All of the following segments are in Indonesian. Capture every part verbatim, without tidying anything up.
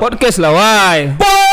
podcast lah, why?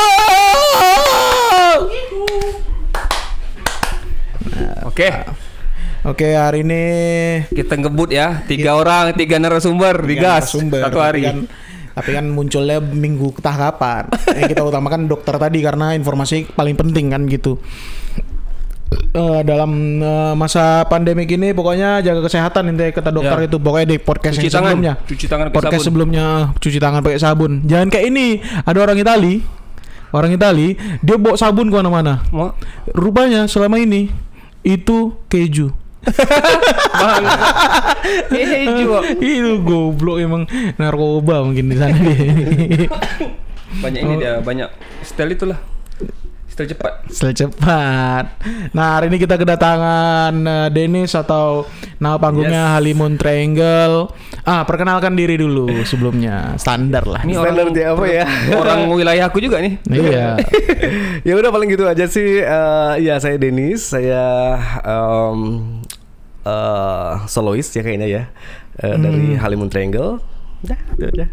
Oke. Oke, hari ini kita ngebut ya, tiga kita, orang, tiga narasumber, digas satu hari. Tapi kan, tapi kan munculnya minggu entah kapan. Yang kita utamakan dokter tadi karena informasi paling penting kan gitu. Uh, dalam uh, masa pandemi ini pokoknya jaga kesehatan intinya kata dokter ya. Itu pokoknya di podcast cuci yang tangan, sebelumnya cuci tangan podcast sabun. sebelumnya cuci tangan pakai sabun. Jangan kayak ini, ada orang Itali orang Itali dia bawa sabun kemana-mana. Mau? Rupanya selama ini itu keju. Bang, keju itu goblok emang narkoba mungkin di sana dia. Banyak ini oh. dia banyak style itulah. Style cepat. Style cepat. Nah, hari ini kita kedatangan uh, Dennis atau nama panggungnya yes. Halimun Triangle. Ah, perkenalkan diri dulu sebelumnya. Standar lah. Ini standar dia apa ya? Orang wilayahku juga nih. Iya. Ya udah paling gitu aja sih. Uh, ya saya Dennis, saya um, uh, soloist ya kayaknya ya. Uh, hmm. Dari Halimun Triangle. Udah, udah.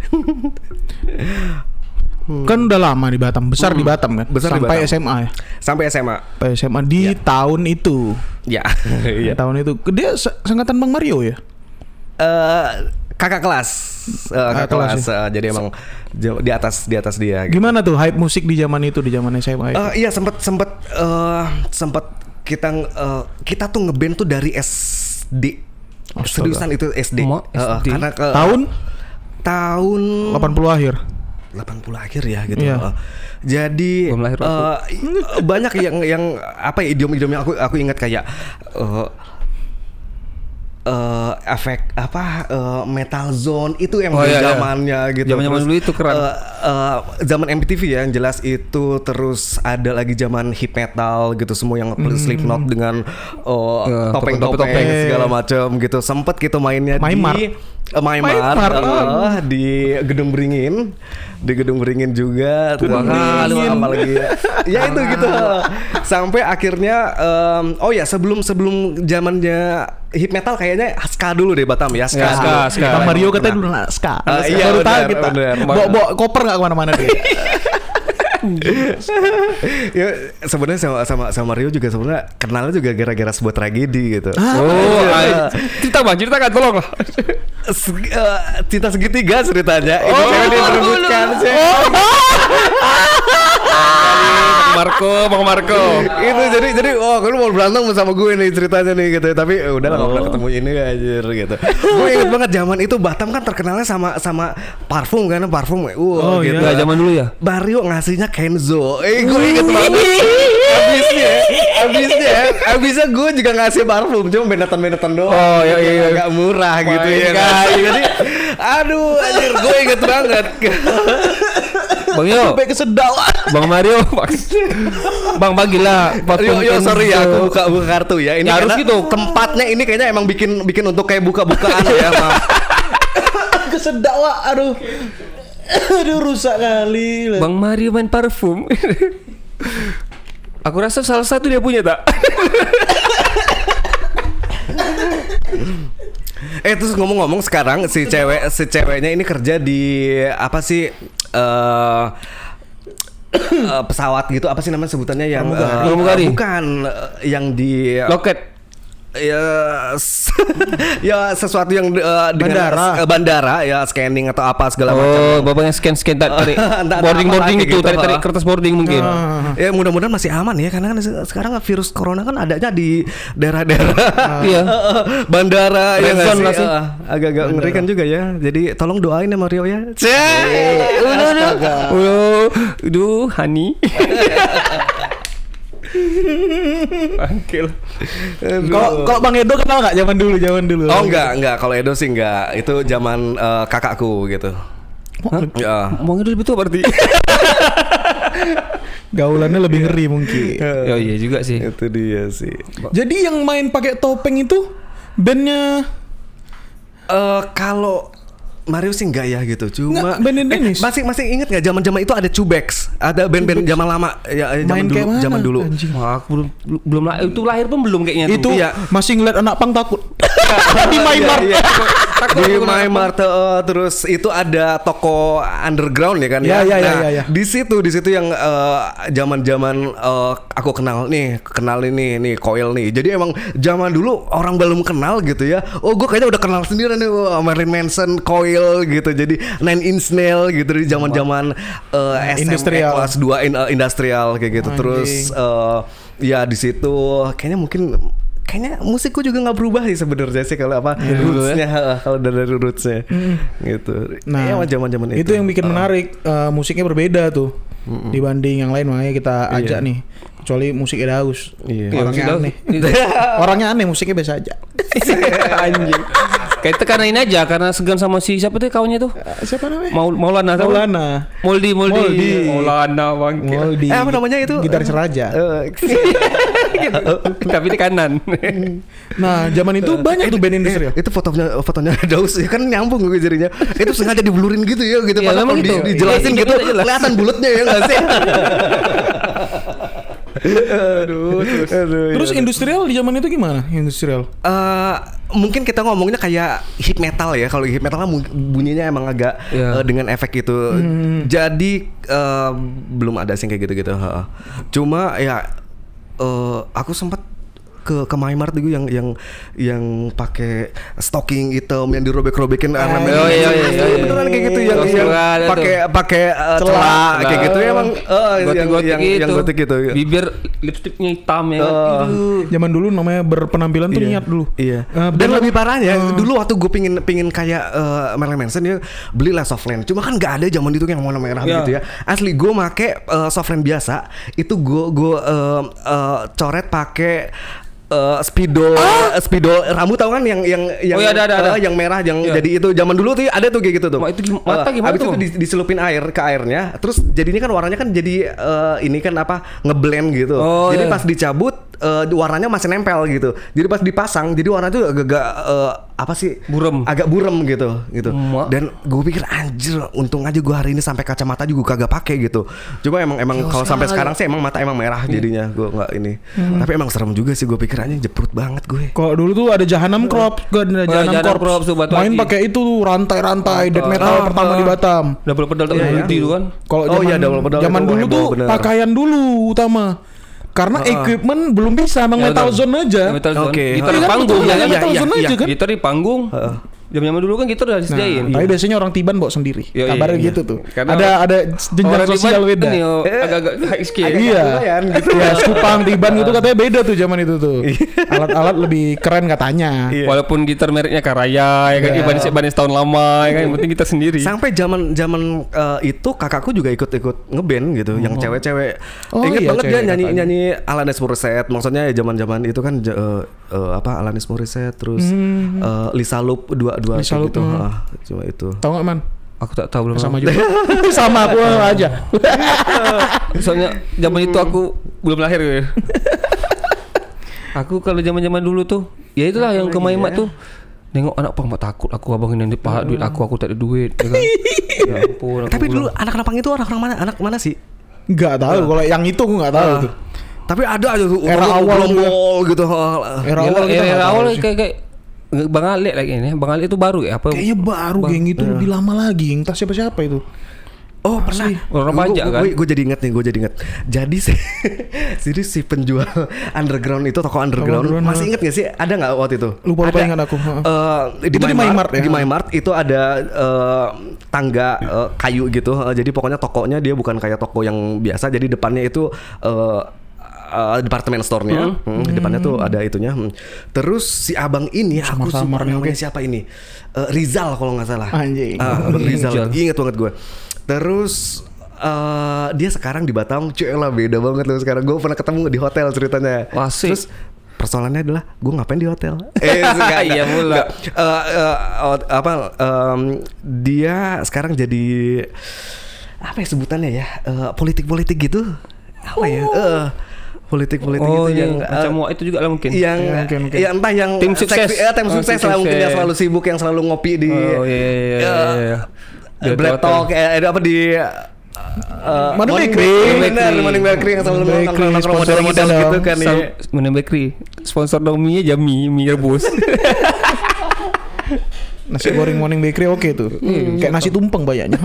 Hmm. Kan udah lama di Batam, besar hmm. di Batam kan, besar sampai di Batam. S M A ya. Sampai S M A. Sampai S M A di ya. tahun itu. Ya. Di tahun itu. Dia sangkatan Bang Mario ya? Uh, kakak kelas. Uh, kakak, kakak kelas. Ya? Uh, jadi emang di atas di atas dia. Gitu. Gimana tuh hype musik di zaman itu, di zaman S M A itu? Uh, iya sempet sempet uh, sempet kita uh, kita tuh ngeband tuh dari S D. Astaga. Seriusan itu S D. Uh, uh, karena ke, tahun tahun delapan puluh akhir. delapan puluh akhir ya gitu. Iya. Uh, jadi uh, banyak yang yang apa ya idiom-idiom yang aku aku ingat kayak uh, uh, efek apa uh, Metal Zone itu yang oh, iya, zamannya iya. gitu. Zaman-zaman dulu itu keren. Uh, uh, zaman M T V ya yang jelas itu, terus ada lagi zaman hip metal gitu, semua yang mm. Slipknot dengan uh, ya, topeng-topeng segala macam gitu. Sempet gitu mainnya Maimar. di uh, Maimar, Maimar uh, di Gedung Beringin. Di Gedung Beringin juga tua kali apalagi ya. Ya itu gitu. Sampai akhirnya um, oh ya sebelum sebelum zamannya hip metal kayaknya ska dulu deh Batam ya. Ska. Ya, ska, ska. Bang Mario katanya dulu ska. Uh, iya, baru tahu bener, kita. Bawa bawa koper enggak kemana mana dia. Ya sebenarnya sama sama sama Mario juga sebenarnya kenalnya juga gara-gara sebuah tragedi gitu. Ah, oh, ay, cerita bang, cerita kan tolong lah. Segi, uh, cinta segitiga ceritanya. Oh, itu cewek diperebutkan sih. Oh. Marco, Bang Marco. Itu jadi jadi oh lu mau berantem sama gue nih ceritanya nih gitu. Tapi uh, udah lah oh. Gak ketemu ini anjir gitu. Gue inget banget zaman itu Batam kan terkenalnya sama sama parfum kan, parfum. Uh, oh gitu. Iya, zaman dulu ya. Mario ngasihnya Kenzo. Eh gue inget banget. Abisnya, abisnya, abisnya gue juga ngasih parfum, cuma benetan-benetan doang. Oh iya iya, agak murah oh, gitu ya. Kan? Jadi, aduh, anjir gue inget banget. Bang Yo, sampai kesedal. Bang Mario, Bang bagilah. Yo, yo sorry ya, aku buka buka kartu ya. Ini ya, harus gitu. Tempatnya ini kayaknya emang bikin bikin untuk kayak buka-bukaan ya, maaf. Kesedal, aduh. Aduh rusak kali. Bang Mario main parfum. Aku rasa salah satu dia punya tak? Eh terus ngomong-ngomong sekarang si cewek si ceweknya ini kerja di apa sih uh, uh, pesawat gitu, apa sih namanya sebutannya yang uh, uh, bukan uh, yang di loket. Ya, ya sesuatu yang uh, dengan bandara. Uh, bandara ya scanning atau apa segala oh, macam. Oh, bapaknya scan scan tarik boarding boarding itu, gitu. tarik tarik kertas boarding mungkin. Uh, ya mudah-mudahan masih aman ya karena kan sekarang virus corona kan adanya di daerah-daerah. Uh, iya. Bandara ya nggak sih? sih? Uh, agak-agak ngerikan juga ya. Jadi tolong doain ya Mario ya. Udah udah. Udah. Duh, Hani. Bangkil. Kalau kalau Bang Edo kenal nggak zaman dulu zaman dulu? Oh enggak enggak, kalau Edo sih enggak. Itu zaman uh, kakakku gitu. Hah? Ya. Bang Edo lebih tua berarti. Gaulannya lebih ngeri mungkin. Oh iya juga sih. Itu dia sih. Jadi yang main pakai topeng itu bandnya uh, kalau Mario sih enggak ya gitu, cuma nggak, band eh, masih masih inget nggak zaman-zaman itu ada Cubex, ada band-band zaman lama ya zaman dulu, zaman dulu. Wah, aku belum belum lah itu lahir pun belum kayaknya itu tuh. Ya. Masih ngeliat anak pang takut. Di Maimart. Iya, iya. Di Maimart uh, terus itu ada toko underground ya kan ya. Iya, iya, nah, iya, iya. Di situ di situ yang zaman-zaman uh, uh, aku kenal nih, kenal ini nih Coil nih. Jadi emang zaman dulu orang belum kenal gitu ya. Oh, gue kayaknya udah kenal sendiri nih oh, Marilyn Manson, Coil gitu. Jadi Nine Inch Nails gitu di zaman-zaman uh, S M P kelas dua in, uh, industrial kayak gitu. Anjing. Terus uh, ya di situ kayaknya mungkin kayaknya musikku juga nggak berubah sih sebenarnya sih kalau apa yeah, rootsnya ya. Kalau dari rootsnya mm. gitu. Nah ya, zaman-zaman itu. Itu yang bikin uh. menarik uh, musiknya berbeda tuh mm-mm. dibanding yang lain, makanya kita ajak yeah. nih. Kecuali musiknya Daus yeah. Orangnya yeah, aneh Orangnya aneh, musiknya biasa aja. Anjing. Kayak itu karena ini aja, karena segan sama si siapa tuh kawannya tuh? Uh, siapa namanya? Maul Maulana. Maulana. Moldi Moldi. Moldi. Maulana bangke. Moldi. Eh apa namanya itu? Gitaris Raja. Uh. Tapi di kanan. Nah, zaman itu banyak tuh band industrial. Eh, itu fotonya fotonya Daus ya kan nyambung gue jadinya. Itu sengaja diblurin gitu ya gitu. Ya, padahal gitu. Di, dijelasin ya, gitu kelihatan bulatnya ya enggak sih? Aduh, terus, Aduh, terus ya, industrial di zaman itu gimana? Industrial? Uh, mungkin kita ngomongnya kayak hip metal ya. Kalau hip metal kan bunyinya emang agak yeah. uh, dengan efek itu. Hmm. Jadi uh, belum ada sih kayak gitu-gitu. Cuma ya uh, aku sempat ke ke Maimart juga yang yang yang pakai stocking hitam yang dirobek-robekin ornamen. Oh iya iya iya. Beneran kayak gitu yang yang pakai pakai celana kayak gitu ya emang eh yang yang yang gotik gitu. Bibir lipstiknya hitam ya. Zaman dulu namanya berpenampilan tuh niat dulu. Iya. Dan lebih parahnya dulu waktu gue pingin pingin kayak Marilyn Manson ya belilah softland. Cuma kan nggak ada zaman itu yang warna merah gitu ya. Asli gue make softland biasa itu gue gue coret pakai Uh, spidol, ah? uh, spidol rambut tau kan yang yang yang oh, ya, ada, ada, uh, ada. yang merah yang ya. Jadi itu zaman dulu tuh ada tuh kayak gitu tuh. Ma, itu mata gimana uh, tuh? Abis itu diselupin air ke airnya, terus jadinya kan warnanya kan jadi uh, ini kan apa ngeblend gitu. Oh, jadi iya. Pas dicabut uh, warnanya masih nempel gitu. Jadi pas dipasang jadi warna tuh agak-agak uh, apa sih? Burem. Agak burem gitu gitu. Ma. Dan gue pikir anjir, untung aja gue hari ini sampai kacamata juga kagak pakai gitu. Cuma emang emang kalau sampai sekarang sih emang mata emang merah jadinya gue nggak ini. Hmm. Tapi emang serem juga sih gue pikir anjing jeprut banget gue. Kalau dulu tuh ada Jahanam Corps, gue ada Jahanam Corps. Main pakai itu rantai-rantai death metal ah, pertama ah. di Batam. Double pedal tuh ya, itu kan. Kalau oh iya double pedal. Zaman dulu tuh bener. Pakaian dulu utama. Karena uh, equipment belum bisa, emang ya, Metal Zone aja. Metal Zone. Okay. Gitar di panggung ya, ya, Metal ya, Zone ya, aja kan. Gitar di panggung. Uh. Zaman dulu kan gitu udah disediain. Nah, tapi biasanya orang Tiban bawa sendiri. Yo, kabarnya iya, gitu tuh. Karena ada ada jenjang sosial beda. Ini oh, agak-agak high skill. Iya. Gitu ya, Skupang Tiban gitu katanya beda tuh zaman itu tuh. Alat-alat lebih keren katanya. Iya. Walaupun gitar mereknya Karaya ya kan Iban Iban setahun lama ya kan, yang penting kita sendiri. Sampai zaman-zaman uh, itu kakakku juga ikut-ikut ngeband gitu, oh. yang cewek-cewek. Oh, Ingat iya, banget dia nyanyi-nyanyi Alanis Morissette. Maksudnya zaman-zaman itu kan uh, uh, apa Alanis Morissette terus hmm. uh, Lisa Loop dua dua gitu. Hmm. Ah, cuma itu. Tahu nggak man? Aku tak tahu belum. Sama juga. Sama aku aja. Soalnya zaman itu aku belum lahir ya. Aku kalau zaman-zaman dulu tuh, ya itulah yang ke Maimat ya. Tuh. Nengok anak pang takut aku abangin yang dipahat duit aku aku tak ada duit ya kan. Ya ampun. Tapi dulu anak-anak pang itu orang-orang mana? Anak mana sih? Enggak tahu. Kalau yang itu aku enggak tahu uh. tuh. Tapi ada aja tuh era awal gitu. Era awal era awal kayak kayak Bang Alek lagi ini, Bang Alek itu baru ya apa? Kayaknya baru Bang, geng itu ya. Lebih lama lagi, entah siapa-siapa itu. Oh pernah, orang pajak kan? Gue jadi inget nih, gue jadi inget. Jadi si, jadi si penjual underground itu toko underground, underground masih inget gak sih? Ada nggak waktu itu? Lupa lupa ingat aku. Uh, di itu Maimart, ya? Di Maimart itu ada uh, tangga uh, kayu gitu. Uh, jadi pokoknya tokonya dia bukan kayak toko yang biasa. Jadi depannya itu uh, Uh, departemen store-nya, hmm. Hmm, depannya tuh ada itunya. Hmm. Terus si abang ini, aku lupa namanya siapa ini, uh, Rizal kalau nggak salah. Anjing. Uh, abang Rizal, inget banget gue. Terus uh, dia sekarang di Batam, cuy lah beda banget loh sekarang. Gue pernah ketemu di hotel ceritanya. Wah, terus persoalannya adalah gue ngapain di hotel? Eh, enggak, iya mula. Uh, uh, uh, apa? Um, dia sekarang jadi apa ya sebutannya ya? Uh, politik-politik gitu. Apa oh. ya? Uh, politik-politik oh, itu yang macam uh, itu juga lah mungkin yang ya, mungkin, mungkin. Ya, entah yang tim sukses seksi, ya, tim oh, sukses lah mungkin yang selalu sibuk yang selalu ngopi di oh, iya, iya, iya, iya. uh, Black Talk eh, apa di Uh, Morning Morning Bakery. Bakery. Benar, Morning Bakery yang selalu Morning Bakery, nongkrong-nongkrong sponsor model-model kita gitu dong. kan ya. Mana bakery sponsor dong mie aja mie mie rebus. Nasi goreng Morning Bakery oke tuh. Hmm, kayak nasi tumpeng bayarnya.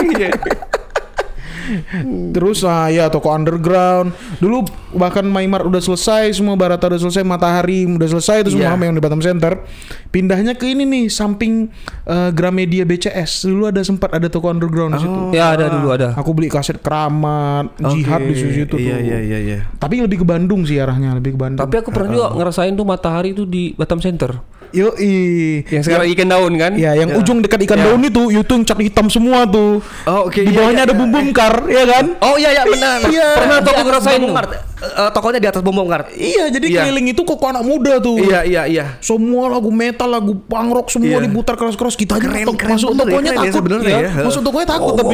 Terus ah ya toko underground. Dulu bahkan Maimart udah selesai, semua Barata udah selesai, Matahari udah selesai itu semua Iya. yang di Batam Center. Pindahnya ke ini nih samping uh, Gramedia B C S. Dulu ada sempat ada toko underground di situ. Ya ada dulu ada. Aku beli kaset Keramat, Jihad di situ tuh. Iya iya iya iya. Tapi lebih ke Bandung sih arahnya, lebih ke Bandung. Tapi aku pernah juga ngerasain tuh Matahari tuh di Batam Center. Yoi. Yang sekarang ikan daun kan? Ya, yang ujung dekat ikan daun itu, itu yang cat hitam semua tuh. Oh, oke, Di iya, bawahnya iya, ada iya, bum bum kar, ya kan? Oh iya iya benar. Iya. Pernah tuh aku Di atas ngerasain Bom tuh. Mart. Eh, tokonya di atas bom bom kart. Iya, jadi Iya. keliling itu kok anak muda tuh. Iya iya iya. Semua lagu metal, lagu punk rock semua Iya. diputar keras-keras. Kita aja Keren, tok- keren masuk bener ya, tokonya keren ya takut sebenarnya ya. ya. Masuk tokonya takut tapi.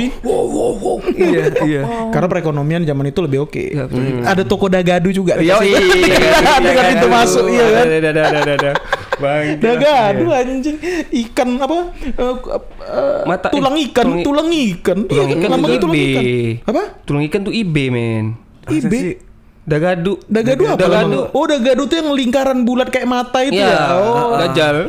Iya iya. Karena perekonomian zaman itu lebih oke. Iya, betul. Ada toko dagadu juga. Yo Dengan pintu masuk, iya kan? Ada ada ada ada. Bang. Dagadu anjing, ikan apa? Eh, eh, Mata- tulang eh, ikan, tulang- tulang ikan. Tulang Iya, ikan lambangnya tuh tulang I B. ikan. Apa? Tulang ikan tuh I B men. I B. Dagadu. Dagadu apa? Dagadu. lambang? Oh, dagadu tuh yang lingkaran bulat kayak mata itu Iya. ya. Oh, Dajal.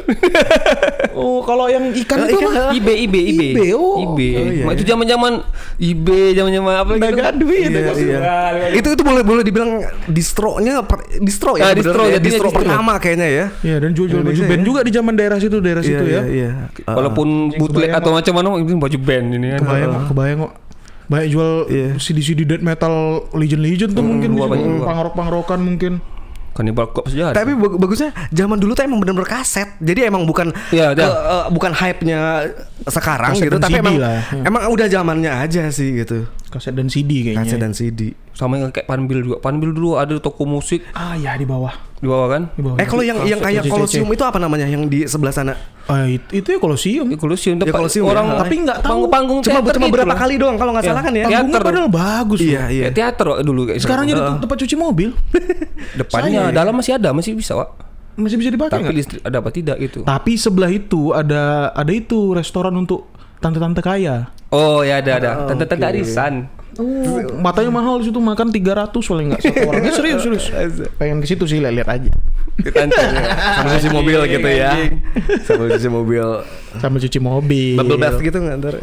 oh kalau yang ikan itu apa? I B I B I B. I B, oh. I B. Oh, iya, Ma, itu zaman-zaman I B, zaman-zaman apa lagi? tuh? Dagadu ya, Iya, dagadu. iya. Itu itu boleh boleh dibilang distronya per, distro Ah, ya. distro, sebenarnya ya. jadinya Distro distro. pertama kayaknya ya. Iya, dan jual-jual baju Indonesia band ya. juga di zaman daerah situ, daerah situ ya. Iya iya. Uh, Walaupun bootleg kebayang atau macam mana ini baju band ini kan. Kebayang kok, kebayang kok. Banyak jual Iya. C D C D death metal legend-legend tuh mungkin di luar, situ. banyak luar. Pangrok-pangrokan mungkin. Cannibal Corpse saja. Tapi bag- bagusnya zaman dulu tuh emang benar-benar kaset. Jadi emang bukan Iya, ke- iya. eh, bukan hype-nya sekarang Kaset gitu, dan tapi C D emang lah. emang udah zamannya aja sih gitu. Kaset dan C D kayaknya. Kaset dan C D. Sama yang kayak Panbil juga. Panbil dulu ada toko musik Ah ya di bawah. di bawah kan? Di bawah. Eh kalau yang yang kayak C C C. Colosseum itu apa namanya yang di sebelah sana? Ah itu, itu ya Colosseum. Di Colosseum Ya, tempat Colosseum orang ya. Tapi nggak tahu. panggung-panggung Cuma teater cuma gitu berapa lah. kali doang kalau nggak Ya. salah kan ya? Teater. Panggungnya padahal bagus loh. Iya iya. Kayak teater Wak, dulu kayak Sekarang gitu. jadi tempat cuci mobil. Depannya dalam masih ada, masih bisa, Wak. Masih bisa dipakai Tapi nggak? listrik ada apa tidak gitu. Tapi sebelah itu ada ada itu restoran untuk tante-tante kaya. Oh, ya ada ada. Tante-tante arisan. Oh, matanya mahal di situ makan tiga ratus soalnya nggak satu orang. Ini serius serius. Pengen ke situ sih lihat-lihat aja. Tante. Sambil cuci mobil gitu ya. Sambil cuci mobil. Sambil cuci mobil. Bubble bath gitu nggak ntar?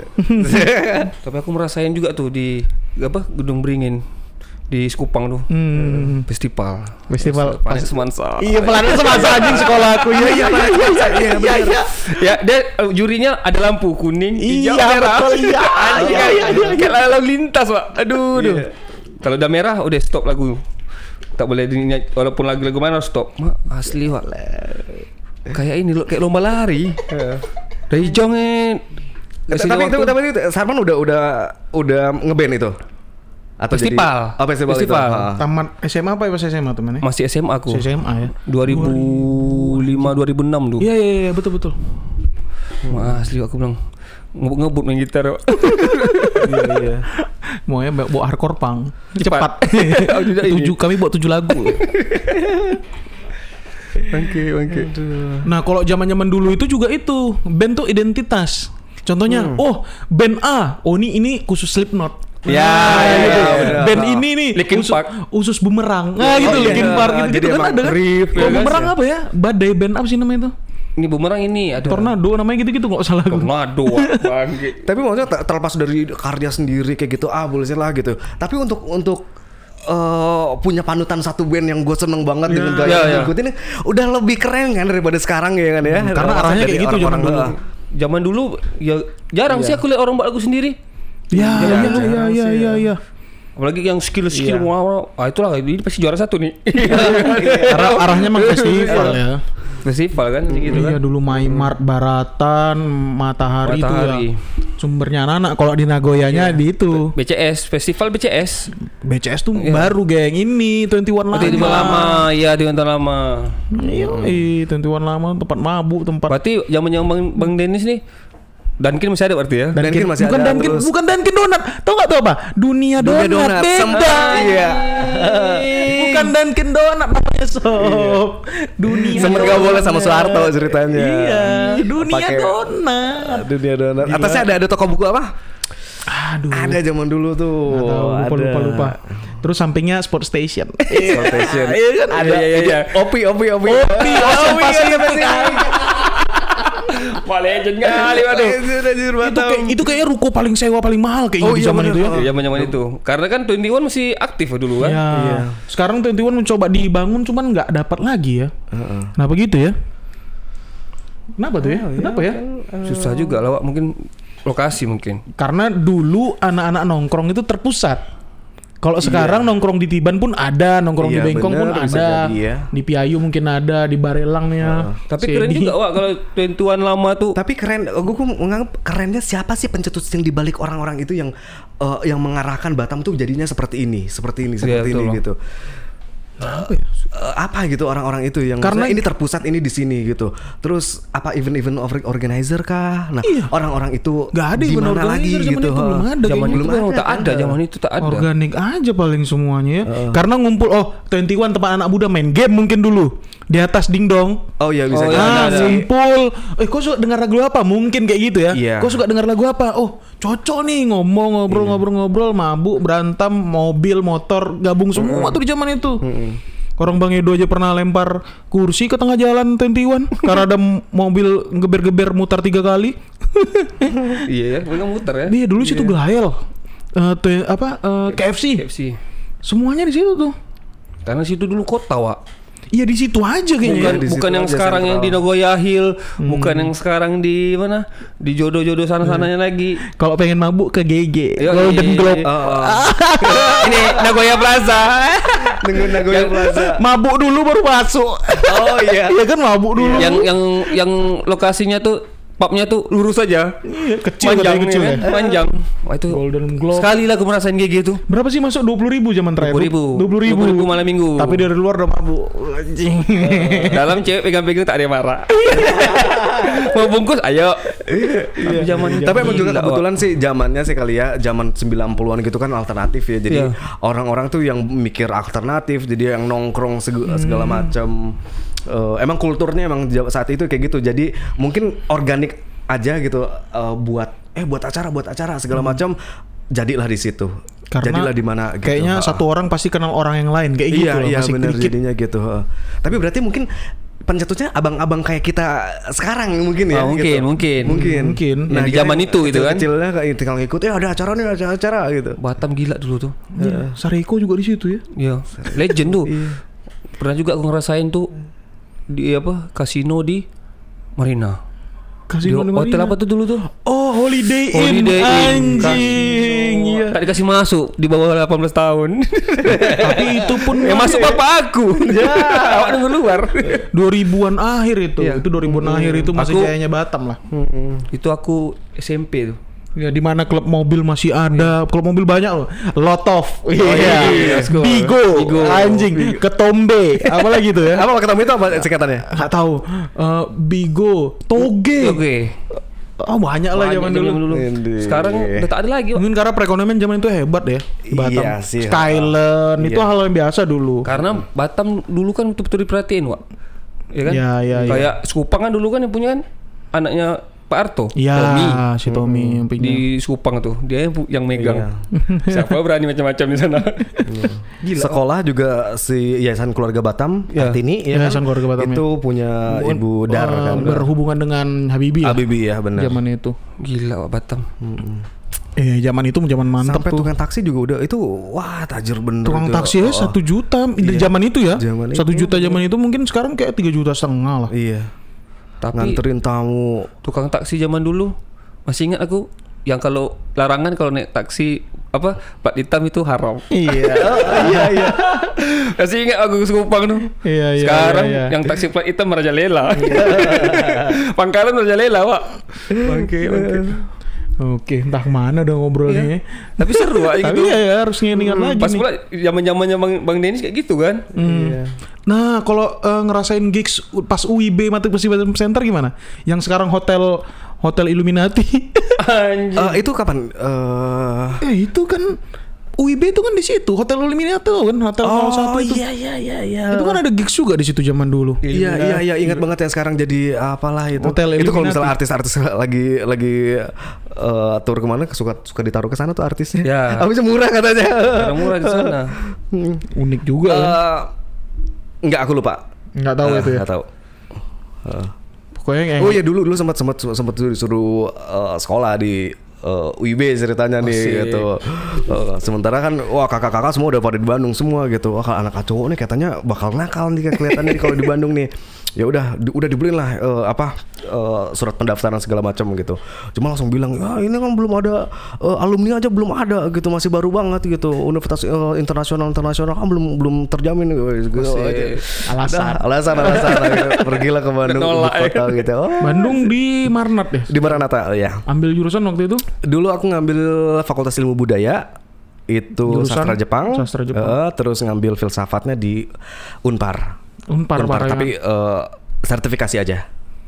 Tapi aku merasain juga tuh di apa Gedung Beringin di Sekupang tuh. Hmm. Festival. Festival Planet Semansa. Iya pelan semasa anjing sekolah aku. Iya iya iya iya iya iya. iya. Ya, dia uh, jurinya ada lampu kuning, hijau, Iya, merah. betul, iya. Anjing, Iya, iya, iya, kayak lalu lintas, Pak. Aduh, aduh. Kalau udah merah udah stop lagu. Tak boleh dinyanyi walaupun lagu-lagu mana harus stop. Ma, asli, Pak. Kayak ini loh, kayak lomba lari. Dari jongnya. Tapi itu tapi itu Sarman udah udah udah ngeband itu. Atau Festival. Jadi, oh, festival. Festival. Itu. Ah. Tamat S M A apa ya pas S M A temannya? Masih S M A aku. S M A ya. dua ribu lima dua ribu enam tuh. Iya iya iya betul betul. Wah, asli aku bilang ngebut-ngebut main gitar. Pak. Iya iya. Maunya bawa bawa hardcore punk. Cepat. Cepat. Oh, tidak ini. tujuh kami buat tujuh lagu. Bangke, bangke. Nah kalau zaman-zaman dulu itu juga itu band tuh identitas. Contohnya, oh band A, oh ini ini khusus Slipknot. Ya, Nah, ya, gitu. ya, benar. Band ini nih Linkin usus, Park. usus bumerang. Nah gitu iya. Linkin Park gitu. Jadi Gitu kan emang ada kan? riff, Kalau ya kan? bumerang apa ya? Badai band apa sih namanya itu? Ini bumerang ini ada. Tornado namanya gitu-gitu nggak salah gue. Tornado, bangke. Tapi maksudnya ter- terlepas dari karya sendiri kayak gitu, ah boleh lah gitu. Tapi untuk untuk eh, punya panutan satu band yang gue seneng banget dengan gaya Ya, yang ya. ngikutin ini udah lebih keren kan daripada sekarang ya kan ya. Hmm, karena Terlepas arahnya dari kayak gitu zaman orang-orang, dulu. ah. Zaman dulu ya jarang sih aku lihat orang buat lagu sendiri. Ya, Iya, iya, jarang iya, sih, iya, iya, ya. iya. Apalagi yang skill-skill Iya. wow, ah itulah ini pasti juara satu nih. Arah arahnya emang festival ya. Festival kan gitu Iya kan. dulu Maimart Baratan Matahari, Matahari. itu ya sumbernya anak-anak. Kalau di Nagoyanya di itu B C S, festival B C S. B C S tuh Iya. baru geng ini Twenty One Udah di lama. lama, ya di lama. Iya, Twenty One lama tempat mabuk tempat. Berarti zaman-zaman Bang, Bang Dennis nih Dunkin masih ada berarti ya? Dan Dunkin masih bukan ada Dunkin, terus. bukan Dunkin Donat. Tahu nggak tuh apa? Dunia Donat, Dunia Donat. beda. Sempat, iya. Bukan Dunkin Donat namanya sob. Dunia. Sempet gak boleh sama Soeharto ceritanya. Iya, Dunia Pakai- Donat. Dunia donat. Atasnya ada ada toko buku apa? Ah, Aduh. Ada zaman dulu tuh. Nggak tahu, lupa, ada. lupa lupa. Terus sampingnya Sport Station. Sport Station. Iya kan? Ada Iya, iya, itu iya. Opi, Opi, Opi. Opi, Ocean Pacific. Wah, legend kali waduh. Itu kayak itu kayaknya ruko paling sewa paling mahal kayaknya Oh, di iya, zaman bener. itu ya. Oh. Iya, zaman itu. Karena kan Twenty One masih aktif dulu kan. Ya. Iya. Sekarang Twenty One mencoba dibangun cuman nggak dapat lagi ya. Heeh. Kenapa gitu ya? Kenapa tuh ya? Kenapa ya? Susah juga lah, Wak. Mungkin lokasi mungkin. Karena dulu anak-anak nongkrong itu terpusat. Kalau sekarang nongkrong di Tiban pun ada, nongkrong Iya, di Bengkong pun bener, bisa ada, jadi ya. di Piayu mungkin ada, di Barelangnya. Tapi keren juga, Wak, kalau Twenty One lama tuh. Tapi keren, gue menganggap kerennya siapa sih pencetus yang dibalik orang-orang itu yang eh, yang mengarahkan Batam tuh jadinya seperti ini, seperti ini, seperti Iya, ini betul. gitu. Apa ya? Eh, apa gitu orang-orang itu yang Karena- maksudnya ini terpusat ini di sini gitu. Terus apa event-event over- organizer kah? Nah, Iya. orang-orang itu Nggak ada event gimana lagi organizer zaman gitu? itu, belum ada Zaman kayaknya. itu Belum memang ada, tak ada, ada. zaman itu tak ada. Organik aja paling semuanya ya. Karena ngumpul oh Twenty One tempat anak muda main game mungkin dulu di atas dingdong. Oh iya bisa Oh, jadi. iya, Ah, ada, ada. ngumpul. Eh, kok suka dengar lagu apa? Mungkin kayak gitu ya. Iya. Kok suka dengar lagu apa? Oh, cocok nih ngomong, ngobrol-ngobrol-ngobrol, mabuk, berantem, mobil, motor, gabung semua tuh di zaman itu. Orang Bang Edo aja pernah lempar kursi ke tengah jalan Twenty One karena ada m- mobil geber-geber mutar tiga kali. Iya ya, mereka muter ya. Dia dulu situ Gahel. Eh, te- apa eh, K F C. K F C. Semuanya di situ tuh. Karena situ dulu kota, Wak. Iya di situ aja kayaknya. Bukan, di situ bukan yang aja sekarang yang di sentral. Nagoya Hill, bukan yang sekarang di mana? Di jodoh-jodoh sana-sananya lagi. Kalau pengen mabuk ke G G, Yoi. Golden Globe. Oh, Ini Nagoya Plaza. dengan Nagoya Plaza. Mabuk dulu baru masuk. Oh iya. Iya kan mabuk dulu. yang yang yang lokasinya tuh pubnya tuh lurus aja. Iya, kecil Panjang, katanya kecil ya ya. kan? Panjang. Wah itu Golden Globe. sekali lah aku merasain G G tuh. Berapa sih masuk dua puluh ribu zaman terakhir? dua puluh ribu. Dua puluh ribu. dua puluh ribu malam minggu. Tapi dari luar udah mabuk. Anjing. Dalam cewek pegang-pegang tak ada yang marah. Mau bungkus ayo. Tapi zaman Tapi emang juga gila, kebetulan sih zamannya sih kali ya, zaman sembilan puluhan gitu kan alternatif ya. Jadi Iya. orang-orang tuh yang mikir alternatif, jadi yang nongkrong seg- segala macam. Eh, emang kulturnya emang ja- saat itu kayak gitu. Jadi mungkin organik aja gitu eh, buat eh buat acara buat acara segala macam jadilah di situ. Karena jadilah di mana gitu. Kayaknya Ha. satu orang pasti kenal orang yang lain kayak gitu Iya loh. iya Masih benar dikit. jadinya gitu. ha. Tapi berarti mungkin pencetusnya abang-abang kayak kita sekarang mungkin ya. Ah, mungkin, gitu. mungkin. mungkin. Mungkin. Yang di zaman itu gitu kan. Kecil-kecilnya kayak tinggal ngikut, ya ada acara nih, ada acara gitu. Batam gila dulu tuh. Iya. Sareko juga di situ ya. Iya, legend tuh. Pernah juga aku ngerasain tuh di apa? Kasino di Marina. Di Kasih hotel apa tuh dulu tuh? Oh, Holiday Inn. Holiday Inn. Anjing. Iya. Tak dikasih masuk di bawah delapan belas tahun. Tapi itu pun Yang masuk bapak aku. Ya, awak nunggu luar. dua ribuan akhir itu. Iya. Itu dua ribuan akhir itu masih Aku- jayanya Batam lah. Itu aku S M P tuh. Ya di mana klub mobil masih ada, klub mobil banyak loh. Lot of, iya, iya, let's go. Bigo, Bigo. anjing, Ketombe, apa lagi tuh ya? Apa ketemu itu apa singkatannya? Nggak tahu. Eh, Bigo, Toge, Oke. oh banyak lah Banyak zaman zaman dulu. dulu. Ini. Sekarang udah tak ada lagi, Wak. Mungkin karena perekonomian zaman itu hebat ya di Batam. Iya sih. Skyland itu Iya. hal yang biasa dulu. Karena Batam dulu kan betul-betul diperhatiin, Wak. Ya kan? Ya, ya, ya. Kayak Sekupang kan dulu kan yang punya kan anaknya Pak Arto. Iya, Tommy. si Tommy yang punya. Di Sekupang tuh, dia yang pu- yang megang. Iya. Siapa berani macam-macam di sana. Sekolah juga si Yayasan Keluarga Batam, Ya. Kartini ya Yayasan kan? Keluarga Batam, itu punya Ibu Dar Eh, kan. berhubungan dengan Habibie ya. Habibie ya benar. Zaman itu. Gila, Wak, Batam. Eh, zaman itu zaman mantap Sampai tuh. tukang taksi juga udah itu wah tajir bener. Tukang itu. taksi aja Oh, satu juta di zaman itu ya. Zaman Satu itu. juta zaman itu mungkin sekarang kayak tiga juta setengah lah. Iya. Tapi Nganterin tamu. tukang taksi zaman dulu masih ingat aku yang kalau larangan kalau naik taksi apa plat hitam itu haram. Iya. Iya iya. Masih ingat aku ke Sekupang tuh. Iya, iya, Sekarang iya, iya. yang taksi plat hitam merajalela. Pangkalan merajalela, Pak. Bangke, bangke. Oke, entah mana udah ngobrolnya. Iya. Tapi seru aja Tapi gitu. ya, ya harus nginget lagi Pas nih. pula zaman-zamannya Bang Bang Dennis kayak gitu kan. Hmm. Nah, kalau eh, ngerasain gigs pas U I B Matic Persibatam Center gimana? Yang sekarang hotel Hotel Illuminati. Anjir. Eh, itu kapan? Eh eh itu kan U I B itu kan di situ, Hotel Illuminati kan, Hotel nol satu itu. iya iya iya iya. Itu kan ada gigs juga di situ zaman dulu. Iya iya iya ingat banget yang sekarang jadi apalah itu. Hotel itu kalau Illuminati. misalnya artis-artis lagi lagi uh, tur kemana suka suka ditaruh ke sana tuh artisnya. Ya. Habisnya murah katanya. Karena murah di sana. Unik juga kan. Uh, enggak aku lupa. Enggak tahu Uh, itu ya. Enggak tahu. Uh. Pokoknya yang Oh iya dulu dulu sempat sempat sempat disuruh uh, sekolah di uh, U I B ceritanya nih Asik. gitu. Uh, sementara kan wah kakak-kakak semua udah pada di Bandung semua gitu. Wah kalau anak cowok nih katanya bakal nakal nih kelihatannya nih kalau di Bandung nih. Ya udah di, udah dibeliin lah uh, apa uh, surat pendaftaran segala macam gitu. Cuma langsung bilang ya ini kan belum ada uh, alumni aja belum ada gitu masih baru banget gitu. Universitas uh, internasional internasional kan belum belum terjamin gitu. alasan. Nah, alasan alasan gitu. Pergilah ke Bandung ibu kota gitu. Oh. Bandung di Marnat deh. Di Maranatha, oh ya. Ambil jurusan waktu itu? Dulu aku ngambil Fakultas Ilmu Budaya itu Jurusan sastra Jepang, sastra Jepang. Eh, terus ngambil filsafatnya di Unpar. Unpar, Unpar Parayangan. tapi eh, sertifikasi aja.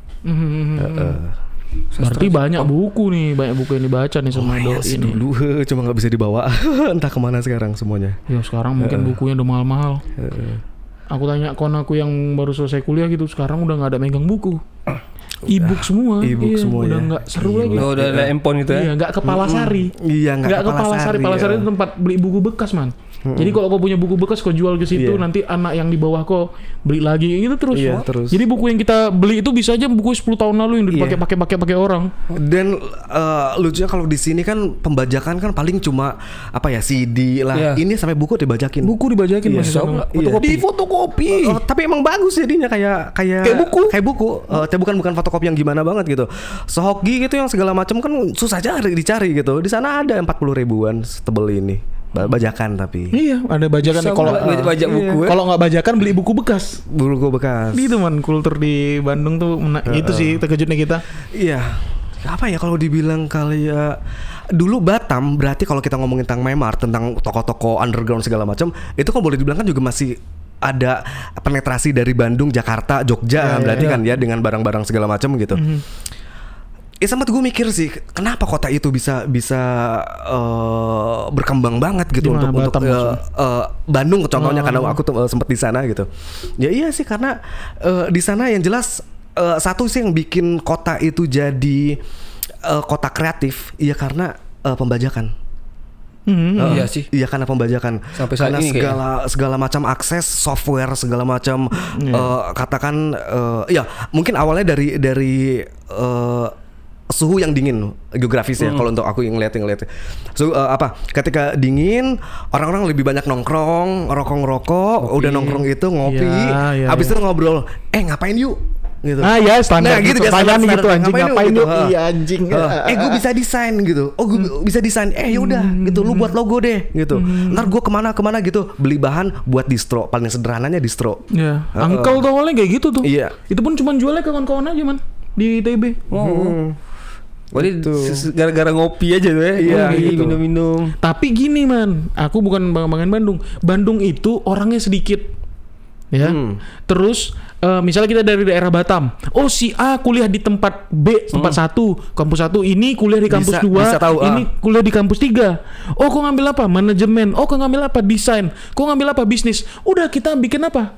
Hmm. Eh, eh. Berarti banyak buku nih, banyak buku yang dibaca nih sama Oh, doi yes, ini. dulu cuma nggak bisa dibawa. Entah kemana sekarang semuanya. Ya sekarang mungkin bukunya udah mahal-mahal. Eh, Aku tanya kon aku yang baru selesai kuliah gitu, sekarang udah nggak ada megang buku. E-book semua. E-book iya, semua udah ya. nggak seru lagi. Oh, udah ada handphone itu ya. Iya, nggak kepala sari. Iya nggak Nggak kepala sari, kepala sari ya. itu tempat beli buku bekas man. Jadi kalau kau punya buku bekas kau jual ke situ, Iya. nanti anak yang di bawah kau beli lagi gitu terus. Iya, terus. Jadi buku yang kita beli itu bisa aja buku sepuluh tahun lalu yang dipakai pakai pakai pakai orang. Dan eh, lucunya kalau di sini kan pembajakan kan paling cuma apa ya C D lah. Iya. Ini sampai buku dibajakin. Buku dibajakin Iya, masih so- sama. iya. Fotokopi. Di fotokopi. Oh, tapi emang bagus jadinya kayak kayak Kayak buku. kayak buku. Eh, tapi bukan bukan fotokopi yang gimana banget gitu. Sohoki gitu yang segala macam kan susah cari dicari gitu. Di sana ada empat puluh ribuan setebel ini. Ba- Bajakan tapi Iya, ada bajakan Bisa kalau nggak bajak buku ya? kalau nggak bajakan beli buku bekas. buku bekas. Gitu man, kultur di Bandung tuh mena- itu sih terkejutnya kita. Iya. Apa ya kalau dibilang kali ya dulu Batam berarti kalau kita ngomongin tentang Memar tentang toko-toko underground segala macam itu kan boleh dibilang kan juga masih ada penetrasi dari Bandung, Jakarta, Jogja Ya, berarti ya, kan ya dengan barang-barang segala macam gitu. Ya sempat gue mikir sih kenapa kota itu bisa bisa uh, berkembang banget gitu Di mana, untuk Batam untuk uh, uh, Bandung contohnya Oh. karena aku tuh uh, sempat di sana gitu. Ya iya sih karena uh, di sana yang jelas uh, satu sih yang bikin kota itu jadi uh, kota kreatif iya karena uh, pembajakan. Hmm. Uh, Iya sih. Iya karena pembajakan. Sampai saat karena ini segala segala macam akses software segala macam uh, katakan uh, ya mungkin awalnya dari dari uh, suhu yang dingin geografis ya kalau untuk aku yang ngeliat ngeliat so uh, apa ketika dingin orang-orang lebih banyak nongkrong rokok ngerokok udah nongkrong itu ngopi Iya, iya, habis iya. itu ngobrol eh ngapain yuk gitu. Ah ya standar Nah, gitu, gitu, biasa pertanyaan standar. gitu anjing ngapain gitu? yuk? Ha. Iya anjing. Ha. Eh gue bisa desain gitu. Oh gue bisa desain. Eh yaudah gitu. Lu buat logo deh gitu. Ntar gue kemana kemana gitu. Beli bahan buat distro. Paling sederhananya distro. Ya, Ha. Uncle tuh awalnya kayak gitu tuh. Iya. Itu pun cuma jualnya ke kawan-kawan aja man di I T B. Oh. Jadi Gitu. ses- gara-gara ngopi aja tuh ya. Iya, Ngopi, gitu. minum-minum. Tapi gini man, aku bukan bangga-banggain Bandung. Bandung itu orangnya sedikit. Ya. Hmm. Terus eh, misalnya kita dari daerah Batam. Oh si A kuliah di tempat B, tempat satu, kampus satu. Ini kuliah di kampus Bisa- dua. bisa tahu, Ini ah. kuliah di kampus tiga. Oh kok ngambil apa? Manajemen. Oh kok ngambil apa? Desain. Kok ngambil apa? Bisnis. Udah kita bikin apa?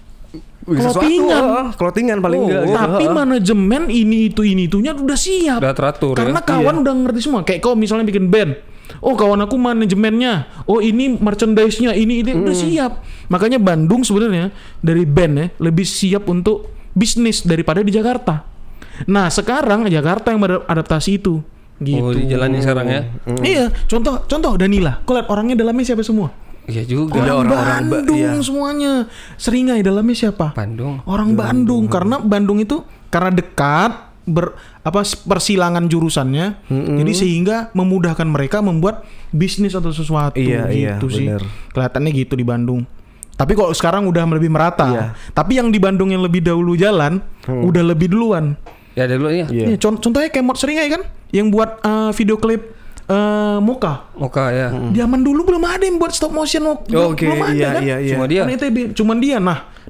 Wih, sesuatu, Clothingan. ah, clothingan paling Oh, enggak gitu. Tapi Ha. manajemen ini itu ini itunya udah siap. Udah teratur Karena ya. kawan udah ngerti semua. Kayak kau misalnya bikin band. Oh kawan aku manajemennya. Oh ini merchandise-nya. Ini ini udah siap. Makanya Bandung sebenarnya dari band ya lebih siap untuk bisnis daripada di Jakarta. Nah sekarang Jakarta yang beradaptasi itu. Gitu. Oh, dijalani sekarang ya. Iya. Contoh contoh Danila. Kau lihat orangnya dalamnya siapa semua? Iya juga. Orang, orang-orang ba- Bandung iya. semuanya. Seringai dalamnya siapa? Bandung. Orang Bandung karena Bandung itu karena dekat ber apa persilangan jurusannya jadi sehingga memudahkan mereka membuat bisnis atau sesuatu Iya, iya, gitu sih bener. kelihatannya gitu di Bandung. Tapi kalau sekarang udah lebih merata. Iya. Tapi yang di Bandung yang lebih dahulu jalan udah lebih duluan. Ya dulu ya. Iya. Nih, con- contohnya kayak Mod Seringai kan yang buat uh, video klip uh, Moka. Moka ya. Zaman dulu belum ada yang buat stop motion Moka. Oke, belum ada iya, kan? iya, iya. Cuma dia. Kan I T B, cuman dia. Nah,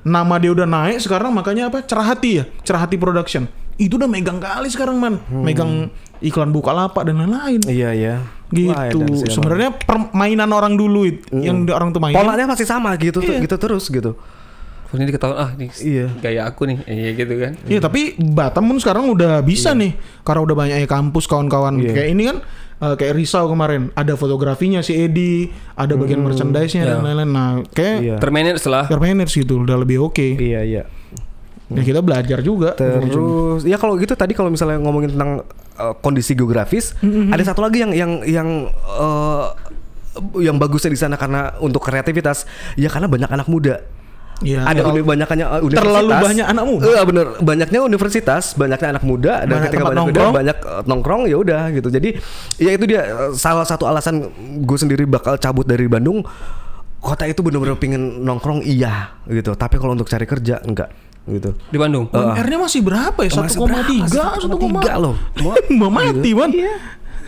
nama dia udah naik sekarang, makanya apa? Cerahati ya, Cerahati Production. Itu udah megang kali sekarang man, hmm. megang iklan Bukalapak dan lain-lain. Iya iya. Gitu. Sebenarnya permainan orang dulu itu, hmm. yang orang tuh mainin. Polanya masih sama gitu, iya. gitu terus gitu. Ini diketahui ah ini iya. gaya aku nih, iya gitu kan. Iya tapi Batam pun sekarang udah bisa iya. nih, karena udah banyak kampus kawan-kawan iya. kayak ini kan. Uh, kayak Risau kemarin ada fotografinya si Edi, ada bagian hmm, merchandise-nya yeah. dan lain-lain. Nah, kayak yeah. termanage lah. Termanage gitu, udah lebih oke. Okay. Iya, iya. Ya kita belajar juga. Terus ya kalau gitu tadi kalau misalnya ngomongin tentang uh, kondisi geografis, mm-hmm. ada satu lagi yang yang yang uh, yang bagusnya di sana karena untuk kreativitas, ya karena banyak anak muda. Ya, ada uni- banyaknya uh, universitas. Terlalu banyak anak muda. Iya uh, bener, banyaknya universitas, banyaknya anak muda dan banyak ketika banyak muda banyak uh, nongkrong ya udah gitu. Jadi ya itu dia uh, salah satu alasan gue sendiri bakal cabut dari Bandung. Kota itu bener-bener pingin nongkrong iya gitu. Tapi kalau untuk cari kerja enggak gitu. Di Bandung. U M R-nya masih berapa ya? satu koma tiga satu koma tiga loh. Mau mati, Man. Iya.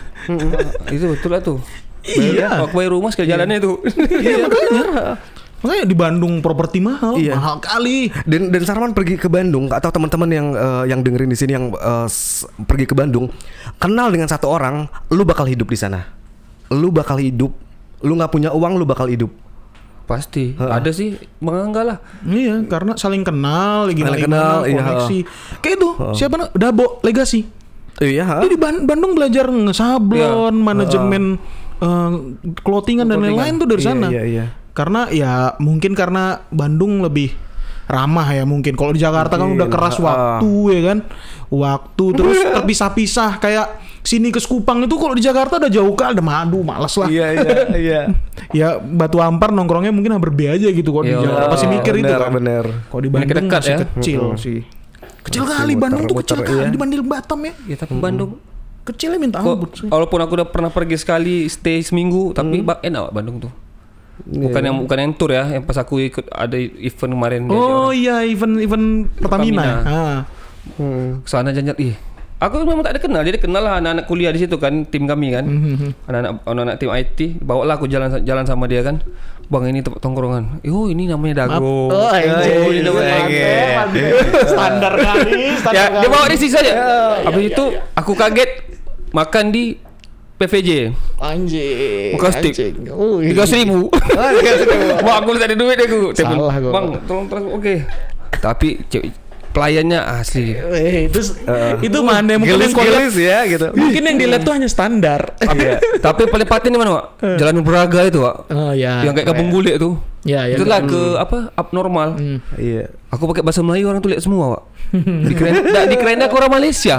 Itu betul lah tuh. Iya. Waktu rumah sekali jalannya itu. Iya makanya. Makanya di Bandung properti mahal, iya. mahal kali. Dan dan Sarman pergi ke Bandung atau teman-teman yang uh, yang dengerin di sini yang uh, s- pergi ke Bandung, kenal dengan satu orang, lu bakal hidup di sana. Lu bakal hidup, lu nggak punya uang, lu bakal hidup. Pasti. Uh. Ada sih, enggak lah. Iya, karena saling kenal, lagi saling kenal, koneksi. Iya. Kayak itu, uh. siapa namanya? Dabo Legasi. Iya. Dia di Ban- Bandung belajar ngesablon, iya. manajemen uh. uh, clothingan dan lain-lain tuh dari iya, sana. Iya, iya. Karena ya mungkin karena Bandung lebih ramah ya mungkin. Kalau di Jakarta mungkin. Kan udah keras waktu uh. ya kan. Waktu terus terpisah-pisah kayak sini ke Sekupang itu kalau di Jakarta udah jauh kali, udah madu, malas lah. Iya iya iya. Ya Batu Ampar nongkrongnya mungkin hampir B aja gitu kalau di Jakarta. Pasti mikir bener, itu kan. Bener. Kalau di Bandung dekat masih ya? kecil mm-hmm. sih. Kecil masih kali muter, Bandung tuh kecil kali iya. dibanding Batam ya. Ya tapi mm-hmm. Bandung kecilnya minta ampun. Walaupun aku udah pernah pergi sekali stay seminggu, tapi mm. enak Bandung tuh. Bukan yeah. yang bukan yang tour ya, yang pas aku ikut ada event kemarin. Oh iya, event-event Pertamina. Pertamina. Ah. Hmm. Kesana janjat, ih. Aku memang tak ada kenal, jadi kenal lah anak-anak kuliah di situ kan, tim kami kan, mm-hmm. anak-anak anak-anak tim I T, bawa lah aku jalan jalan sama dia kan, bang ini tempat tongkrongan, oh ini namanya Dago. Oh, oh ini namanya standar kali, standar ya, kali. Dia bawa di situ saja. Habis itu aku kaget makan di P V J. Anjing. Muka stick. Tiga seribu. Wah aku tak ada duit deh aku. Salah gue. Bang, tolong tolong oke. Okay. Tapi cewek pelayannya asli. Eh, itu uh, itu mana mungkin yang gelis ya gitu. Mungkin yang dilihat tuh hanya standar. Iya. Tapi paling patin di mana, Pak? Jalan Braga itu, Pak. Oh iya. Yang kayak kampung bule tuh. Ya, ya. Itulah ke apa? Abnormal. Hmm. Iya. Aku pakai bahasa Melayu orang tuh lihat semua, Pak. Dikirain da, dikirain aku orang Malaysia.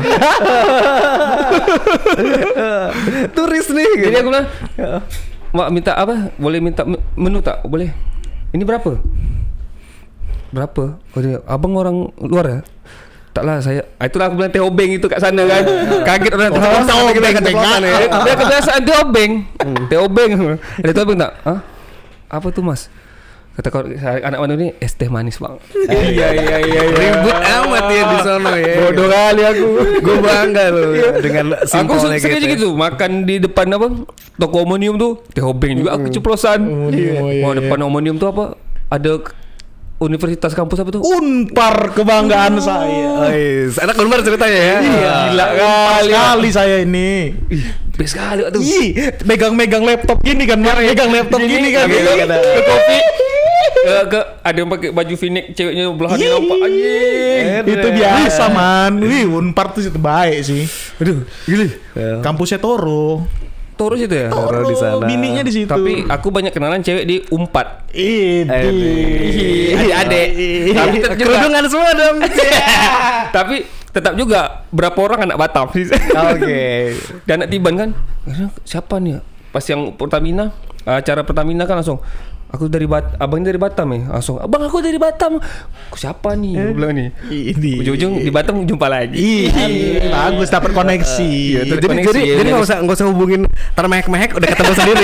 Turis nih. Jadi aku bilang, "Mak minta apa? Boleh minta menu tak? Boleh. Ini berapa?" Berapa? Oh dia, abang orang luar ya? Taklah saya. Itulah aku bilang teh obeng itu kat sana kan. Kaget orang tahu teh obeng kat sana ya. Dia kebiasaan teh obeng. Teh obeng. Ada teh obeng tak? Hah? Apa tuh Mas? Kata kau anak mana ni es teh manis bang. Iya iya iya. Ribut amat ya di sana ya. Bodoh kali aku. Gue bangga loh dengan simpelnya gitu. Aku sengaja gitu makan di depan apa toko Omnium tuh teh obeng juga aku ceplosan. Mau depan Omnium tuh apa? Ada universitas kampus apa tuh? Unpar kebanggaan oh. saya. Ais, anak Unpar ceritanya ya. Iya, gila kali kali saya ini. Ih, best kali tuh. Ih, megang-megang laptop gini kan, megang laptop gini, gini kan. Ke kopi. Ke, ke ada yang pakai baju V-neck ceweknya belahan nampak anjing. Itu biasa man. Wih, Unpar tuh terbaik sih. Aduh, gila. Kampusnya Toro. Toro situ ya? Toro di sana. Bininya di situ. Tapi aku banyak kenalan cewek di Umpat. Ini. Adek. Tapi kerudungan semua dong. Tapi tetap juga berapa orang anak Batam sih. Oke. Dan anak Tiban kan. Siapa nih? Pas yang Pertamina, acara Pertamina kan langsung aku dari Bat, abang dari Batam ya, langsung abang aku dari Batam. Aku siapa nih? Aku bilang nih. Ini. Ujung-ujung di Batam jumpa lagi. Ih, bagus dapat koneksi. Uh, iya, jadi koneksi, jadi jadi nggak usah nggak usah hubungin termehek-mehek udah ketemu sendiri.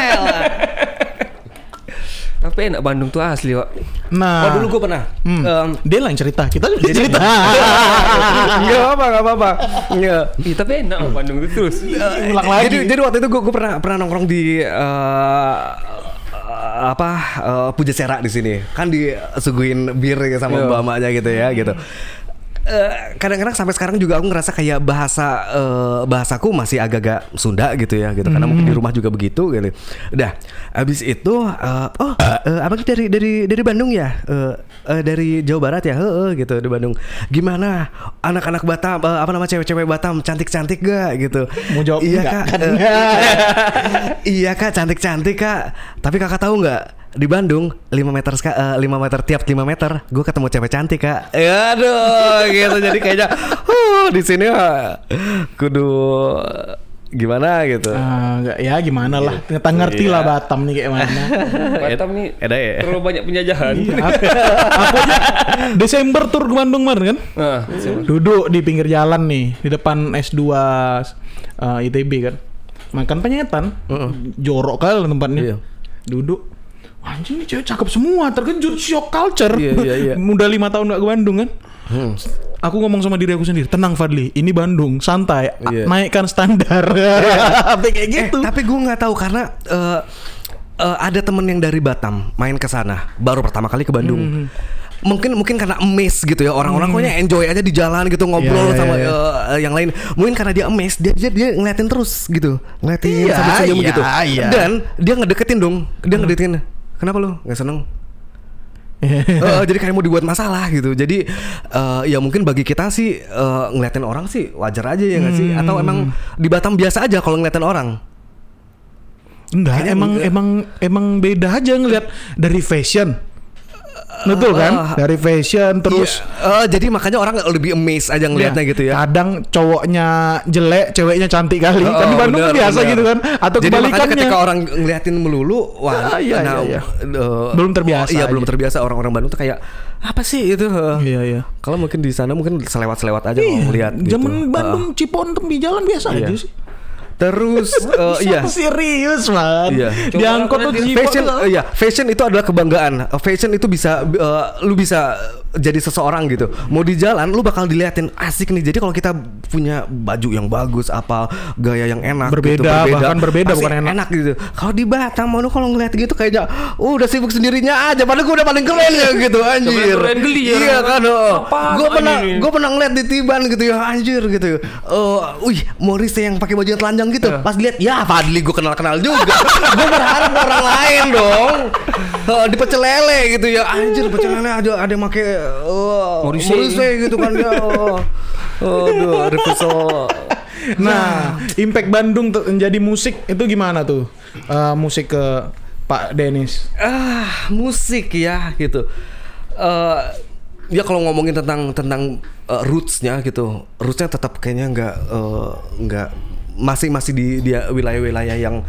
Tapi enak Bandung tuh asli, Pak. Nah, oh dulu gue pernah. Hmm. Um, dia lah yang cerita, kita juga cerita. Enggak apa, enggak apa-apa. Iya. Iya, tapi enak Bandung itu terus. Ulang lagi. Jadi jadi waktu itu gue gue pernah pernah nongkrong di uh, apa uh, Pujasera di sini kan disuguhin bir sama yeah. mbak-mbaknya gitu ya gitu. Uh, kadang-kadang sampai sekarang juga aku ngerasa kayak bahasa uh, bahasaku masih agak-agak Sunda gitu ya gitu karena mungkin di rumah juga begitu gitu. Udah habis itu uh, oh uh, abang dari dari dari Bandung ya uh, uh, dari Jawa Barat ya uh, uh, gitu di Bandung. Gimana anak-anak Batam uh, apa nama cewek-cewek Batam cantik-cantik gak gitu. Mau jawab iya enggak, kak kan? uh, iya kak cantik-cantik kak tapi kakak tahu nggak di Bandung lima meter uh, lima meter tiap lima meter gue ketemu cewek cantik kak. Ya aduh gitu jadi kayaknya uh, di sini uh, kudu gimana gitu. Uh, ya gimana lah, kita ngerti Iya. lah Batam nih kayak mana. Batam nih Ada ya. terlalu banyak penjajahan. Aku aja Desember tur ke Bandung kemarin kan. Nah, Duduk di pinggir jalan nih di depan S dua uh, I T B kan. Makan penyetan. Uh-uh. Jorok kali tempatnya. Iya. Duduk. Anjing ini cewek cakep semua, terkejut shock culture. Iya, iya, iya. Udah lima tahun gak ke Bandung kan. Hmm. Aku ngomong sama diri aku sendiri, tenang Fadli, ini Bandung, santai, Iya. naikkan standar. Sampai kayak gitu. Eh, tapi gue nggak tahu karena uh, uh, ada temen yang dari Batam main ke sana baru pertama kali ke Bandung. Hmm. Mungkin mungkin karena emes gitu ya orang-orang pokoknya enjoy aja di jalan gitu ngobrol Iya, iya, sama iya. uh, yang lain. Mungkin karena dia emes dia dia, dia ngeliatin terus gitu, ngeliatin Iya, sambil senyum iya, gitu. iya. Dan dia ngedeketin dong, dia ngedeketin. Kenapa lu nggak seneng? uh, jadi kayak mau dibuat masalah gitu. Jadi uh, ya mungkin bagi kita sih uh, ngeliatin orang sih wajar aja ya nggak sih? Atau emang di Batam biasa aja kalau ngeliatin orang? Enggak, Kayaknya emang enggak. emang emang beda aja ngelihat dari fashion. Betul kan? Uh, Dari fashion terus Iya. Uh, jadi makanya orang lebih amazed aja ngelihatnya ya, gitu ya. Kadang cowoknya jelek, ceweknya cantik kali. Oh, kan di Bandung bener, kan biasa bener. gitu kan? Atau jadi makanya kebalikannya. ketika orang ngeliatin melulu, wah, Ah, iya, nah, iya, iya. uh, Belum terbiasa Iya, aja. belum terbiasa orang-orang Bandung tuh kayak apa sih itu? Uh, Iya, iya. Kalau mungkin di sana mungkin selewat-selewat aja Iya, mau lihat gitu. Zaman Bandung Uh, Cipontem di jalan biasa Iya. aja sih. terus uh, iya. Serius man. Iya. Diangkut tuh Coba Cipontem. Fashion, uh, ya, fashion itu adalah kebanggaan. Uh, Fashion itu bisa, uh, lu bisa jadi seseorang gitu. Mau di jalan, lu bakal diliatin asik nih. Jadi kalau kita punya baju yang bagus, apa gaya yang enak, Berbeda, gitu, bahkan berbeda, pasti bukan enak. gitu. Kalau di Batam, lu kalau ngeliat gitu kayaknya, uh, udah sibuk sendirinya aja. Padahal gue udah paling keren ya gitu, anjir. keren geli ya. Iya kan, oh. Apaan Gue pernah, ini? gue pernah ngeliat di Tiban gitu ya, anjir gitu. Uh, wih, Morris yang pakai baju yang telanjang gitu. Iya. Pas lihat, ya Fadli gue kenal-kenal juga. Gue berharap orang lain dong. Uh, di pecel lele gitu ya, anjir pecel lele ada ada yang pakai uh, Morrissey. Morrissey gitu kan ya. Oh, aduh, ada pesol. Nah, impact Bandung tuh menjadi musik itu gimana tuh? Eh, musik ke Pak Dennis. Ah, musik ya gitu. Eh ya kalau ngomongin tentang tentang uh, rootsnya gitu, rootsnya tetap kayaknya nggak uh, nggak masih masih di dia wilayah-wilayah yang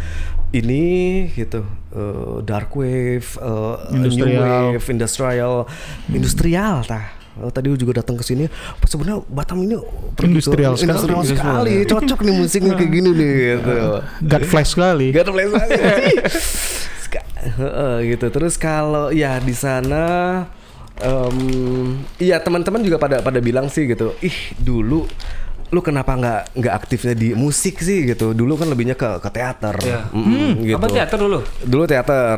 ini gitu, uh, dark wave, uh, new Industrial. wave, industrial, industrial tah. Oh, tadi juga datang ke sini. Sebenarnya Batam ini pergi ke- Industrial sekali. industrial sekali. Cocok nih musiknya kayak gini nih. Gitu. God flash sekali. Gak ada play sekali. Ska- Heeh, gitu. Terus kalau ya di sana, em, iya teman-teman juga pada pada bilang sih gitu. Ih dulu lu kenapa nggak nggak aktifnya di musik sih gitu? Dulu kan lebihnya ke ke teater. Iya. Mm-mm, gitu. Apa teater dulu? Dulu teater.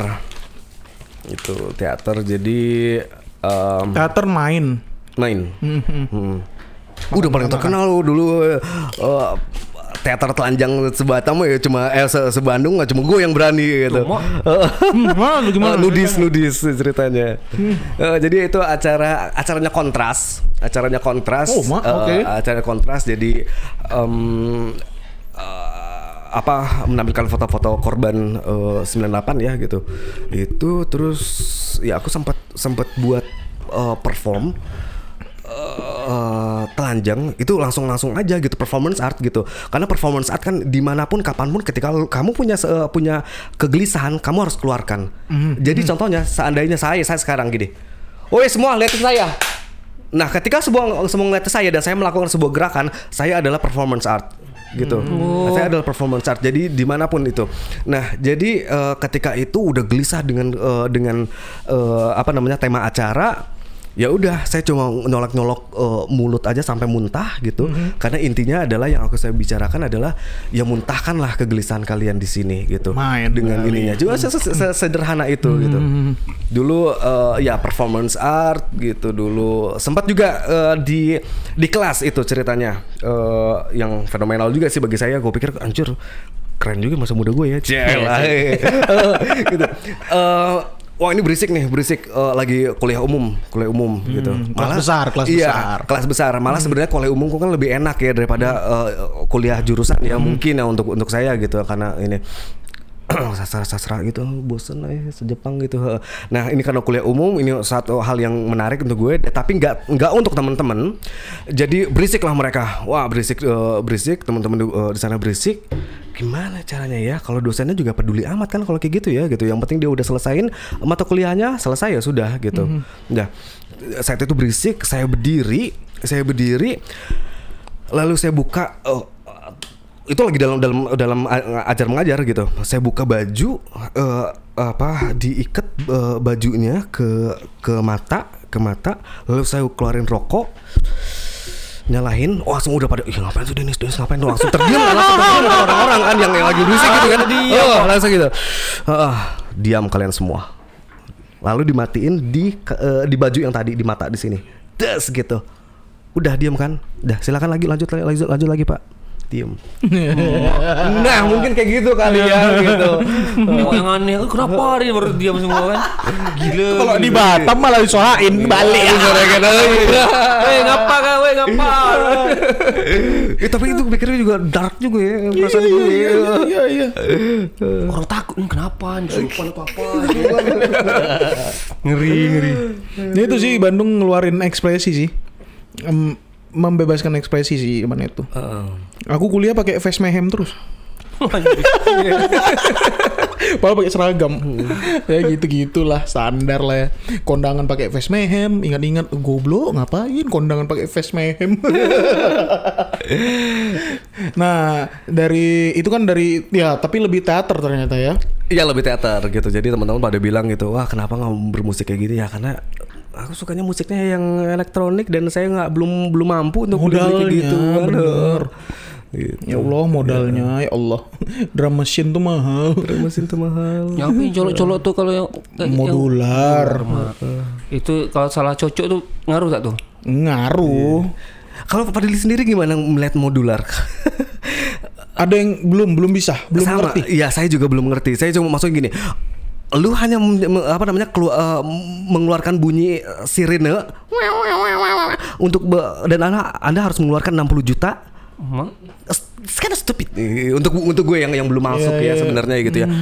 Itu teater jadi em, Teater main. main. Mhm. Hmm. Udah paling terkenal lu dulu uh, teater telanjang sebatam ya cuma eh se, sebandung nggak cuma gue yang berani gitu. Cuma? Hmm, mana lu gimana? Uh, nudis nudis ceritanya. Uh, jadi itu acara acaranya kontras, acaranya kontras. Oh, ma, uh, oke. Acara kontras jadi um, uh, apa menampilkan foto-foto korban uh, sembilan delapan ya gitu. Itu terus ya aku sempat sempat buat uh, perform Uh, telanjang itu langsung langsung aja gitu performance art gitu karena performance art kan dimanapun kapanpun ketika lu- kamu punya se- uh, punya kegelisahan kamu harus keluarkan. Mhm. Jadi contohnya seandainya saya saya sekarang gini, woi semua lihat saya. Nah ketika semua semua ngeliat saya dan saya melakukan sebuah gerakan, saya adalah performance art gitu. Oh. Saya adalah performance art. Jadi dimanapun itu. Nah jadi uh, ketika itu udah gelisah dengan uh, dengan uh, apa namanya tema acara. ya udah saya cuma nyolok-nyolok uh, mulut aja sampai muntah gitu. Mm-hmm. Karena intinya adalah yang aku saya bicarakan adalah ya muntahkanlah kegelisahan kalian di sini gitu. Main dengan kali. ininya juga sederhana itu mm-hmm. gitu. Dulu uh, ya performance art gitu dulu. Sempat juga uh, di di kelas itu ceritanya uh, yang fenomenal juga sih bagi saya. Gue pikir anjir keren juga masa muda gue ya. Celah. gitu. Uh, Wah ini berisik nih, berisik uh, lagi kuliah umum, kuliah umum hmm, gitu. Malah, kelas besar, kelas iya, besar. kelas besar. Malah hmm. sebenarnya kuliah umum kan lebih enak ya daripada uh, kuliah jurusan ya hmm. mungkin ya untuk untuk saya gitu karena ini sastra-sastra gitu, bosen lah ya sejepang gitu. Nah ini karena kuliah umum ini satu hal yang menarik untuk gue, tapi nggak nggak untuk teman-teman. Jadi berisik lah mereka, wah berisik uh, berisik teman-teman uh, di sana berisik. Gimana caranya ya? Kalau dosennya juga peduli amat kan kalau kayak gitu ya gitu. Yang penting dia udah selesain mata kuliahnya selesai ya sudah gitu. Mm-hmm. Nah saat itu berisik, saya berdiri, saya berdiri, lalu saya buka. Uh, itu lagi dalam dalam dalam ajar mengajar gitu. Saya buka baju uh, apa diikat uh, bajunya ke ke mata ke mata. Lalu saya keluarin rokok. Nyalain, wah langsung udah pada, ih ngapain tuh Dennis, Dennis ngapain tuh langsung terdiam, langsung terdiam orang-orang kan yang, yang lagi berisik gitu kan, oh langsung gitu, uh, diam kalian semua, lalu dimatiin di uh, di baju yang tadi di mata di sini, des gitu, udah diam kan, udah silakan lagi lanjut lanjut lanjut lagi Pak, diam. Nah mungkin kayak gitu kali ya gitu. Oh, yang aneh, kenapa hari ini baru diam semua kan? Gila. Kalau di Batam malah disoain balik ya. Weh ngapa kah? Weh ngapa? Eh tapi itu pikirnya juga dark juga ya perasaan gue. Iya iya. Orang takut nih kenapa? Disurupan atau apa? Ngeri ngeri. Ini itu sih Bandung ngeluarin ekspresi sih. Um, membebaskan ekspresi sih mana itu. Uh. Aku kuliah pakai face mayhem terus. Padahal pakai seragam. Ya gitu-gitulah standar lah ya. Kondangan pakai face mayhem, ingat-ingat goblok ngapain kondangan pakai face mayhem. Nah, dari itu kan dari ya tapi lebih teater ternyata ya. Iya lebih teater gitu. Jadi teman-teman pada bilang gitu, "Wah, kenapa enggak bermusik kayak gini ya?" Karena aku sukanya musiknya yang elektronik dan saya nggak belum belum mampu untuk modalnya kayak gitu. Bener. Gitu. Ya Allah modalnya ya, ya Allah. Drum machine tuh mahal. Drum machine tuh mahal. Ngapain colok-colok tuh kalau yang modular. Yang, uh, itu kalau salah cocok tuh ngaruh tak tuh? Ngaruh. Yeah. Kalau Pak Fadli sendiri gimana melihat modular? Ada yang belum belum bisa, belum Sama, ngerti. Iya, saya juga belum ngerti. Saya cuma maksudnya gini. Lu hanya apa namanya kelu, uh, mengeluarkan bunyi sirene untuk be- dan anda, anda harus mengeluarkan enam puluh juta. Emang? Kind of stupid untuk untuk gue yang yang belum masuk yeah, ya yeah. sebenarnya gitu ya.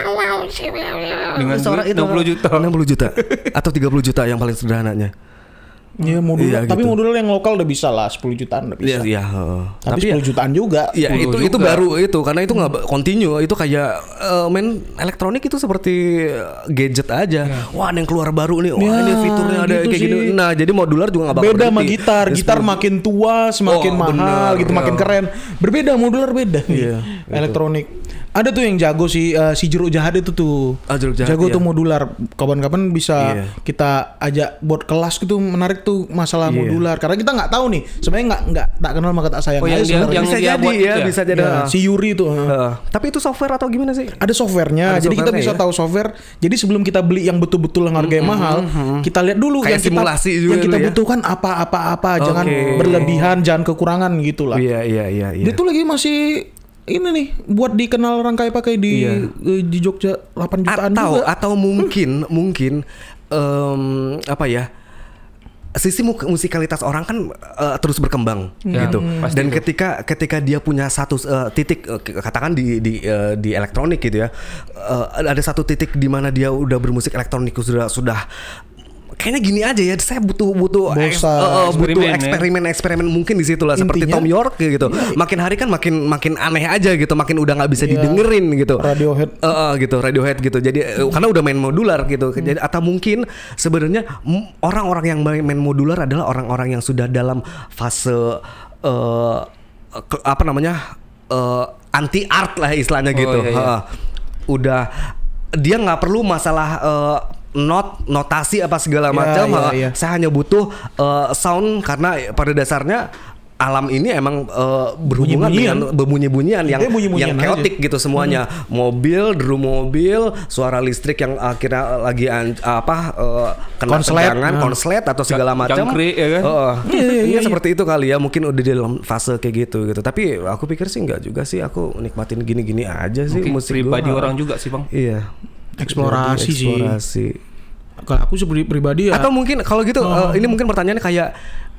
Dengan enam puluh juta, enam puluh juta atau tiga puluh juta yang paling sederhananya. Ya modular, iya, tapi gitu. modular yang lokal udah bisa lah sepuluh jutaan udah bisa. Iya, iya. Uh, tapi, tapi sepuluh ya, jutaan juga. Iya, itu juga. Itu baru itu karena itu nggak hmm. continue, itu kayak uh, main elektronik itu seperti gadget aja. Ya. Wah, ada yang keluar baru nih. Wah, ya, ini fiturnya ada gitu kayak gini. Nah, jadi modular juga nggak bakal beda sama gitar. Gitar makin tua semakin oh, mahal bener, gitu, ya. Makin keren. Berbeda modular beda. Iya, gitu. Elektronik. Ada tuh yang jago si uh, si jeruk jahat itu tuh. Ah, jeruk jahat, jago iya. tuh modular. Kapan-kapan bisa iya. kita ajak buat kelas gitu menarik tuh masalah iya. modular. Karena kita nggak tahu nih. Sebenarnya nggak nggak tak kenal maka tak sayang. Oh, yang, dia, yang bisa dia jadi buat ya, ya, bisa jadi. Ya, si Yuri tuh. Uh, tapi itu software atau gimana sih? Ada softwarenya. Ada jadi kita bisa ya? tahu software. Jadi sebelum kita beli yang betul-betul yang harganya mm-hmm, mahal, mm-hmm. kita lihat dulu kayak yang kita juga yang kita ya? butuhkan apa-apa-apa. Okay. Jangan berlebihan, jangan kekurangan gitulah. Iya iya iya. iya. Dia tuh lagi masih ini nih buat dikenal rangkai pakai di iya. di Jogja delapan jutaan atau, juga. Atau mungkin mungkin um, apa ya? Sisi musikalitas orang kan uh, terus berkembang ya, gitu. Hmm, dan itu. ketika ketika dia punya satu uh, titik uh, katakan di di uh, di elektronik gitu ya. Uh, ada satu titik di mana dia udah bermusik elektronik sudah sudah kayaknya gini aja ya, saya butuh butuh eks, uh, butuh eksperimen ya. eksperimen mungkin di situ lah seperti Tom York gitu. Iya. Makin hari kan makin makin aneh aja gitu, makin udah nggak bisa iya. didengerin gitu. Radiohead, uh, uh, gitu, Radiohead gitu. Jadi uh, karena udah main modular gitu. Hmm. Jadi atau mungkin sebenarnya m- orang-orang yang main modular adalah orang-orang yang sudah dalam fase uh, ke, apa namanya uh, anti art lah istilahnya gitu. Oh, iya, iya. Uh, udah dia nggak perlu masalah uh, not notasi apa segala Ya, macam. ya, uh, ya. Saya hanya butuh uh, sound karena pada dasarnya alam ini emang uh, berhubungan Bunyi-bunyian. dengan bunyi-bunyian yang Intinya bunyi-bunyian yang chaotic gitu semuanya. Hmm. Mobil, drum mobil, suara listrik yang akhirnya lagi an, apa uh, kena Konslet. tegangan, Nah. konslet atau segala macam. Jangkrik, ya kan? Uh, Iya, iya, iya, iya. seperti itu kali ya. Mungkin udah di dalam fase kayak gitu gitu. Tapi aku pikir sih enggak juga sih. Aku nikmatin gini-gini aja sih Mungkin musik pribadi gua. orang juga sih bang. Iya. Eksplorasi Jadi, sih. Eksplorasi. Kalau aku sebagai pribadi ya. Atau mungkin kalau gitu Oh. uh, ini mungkin pertanyaannya kayak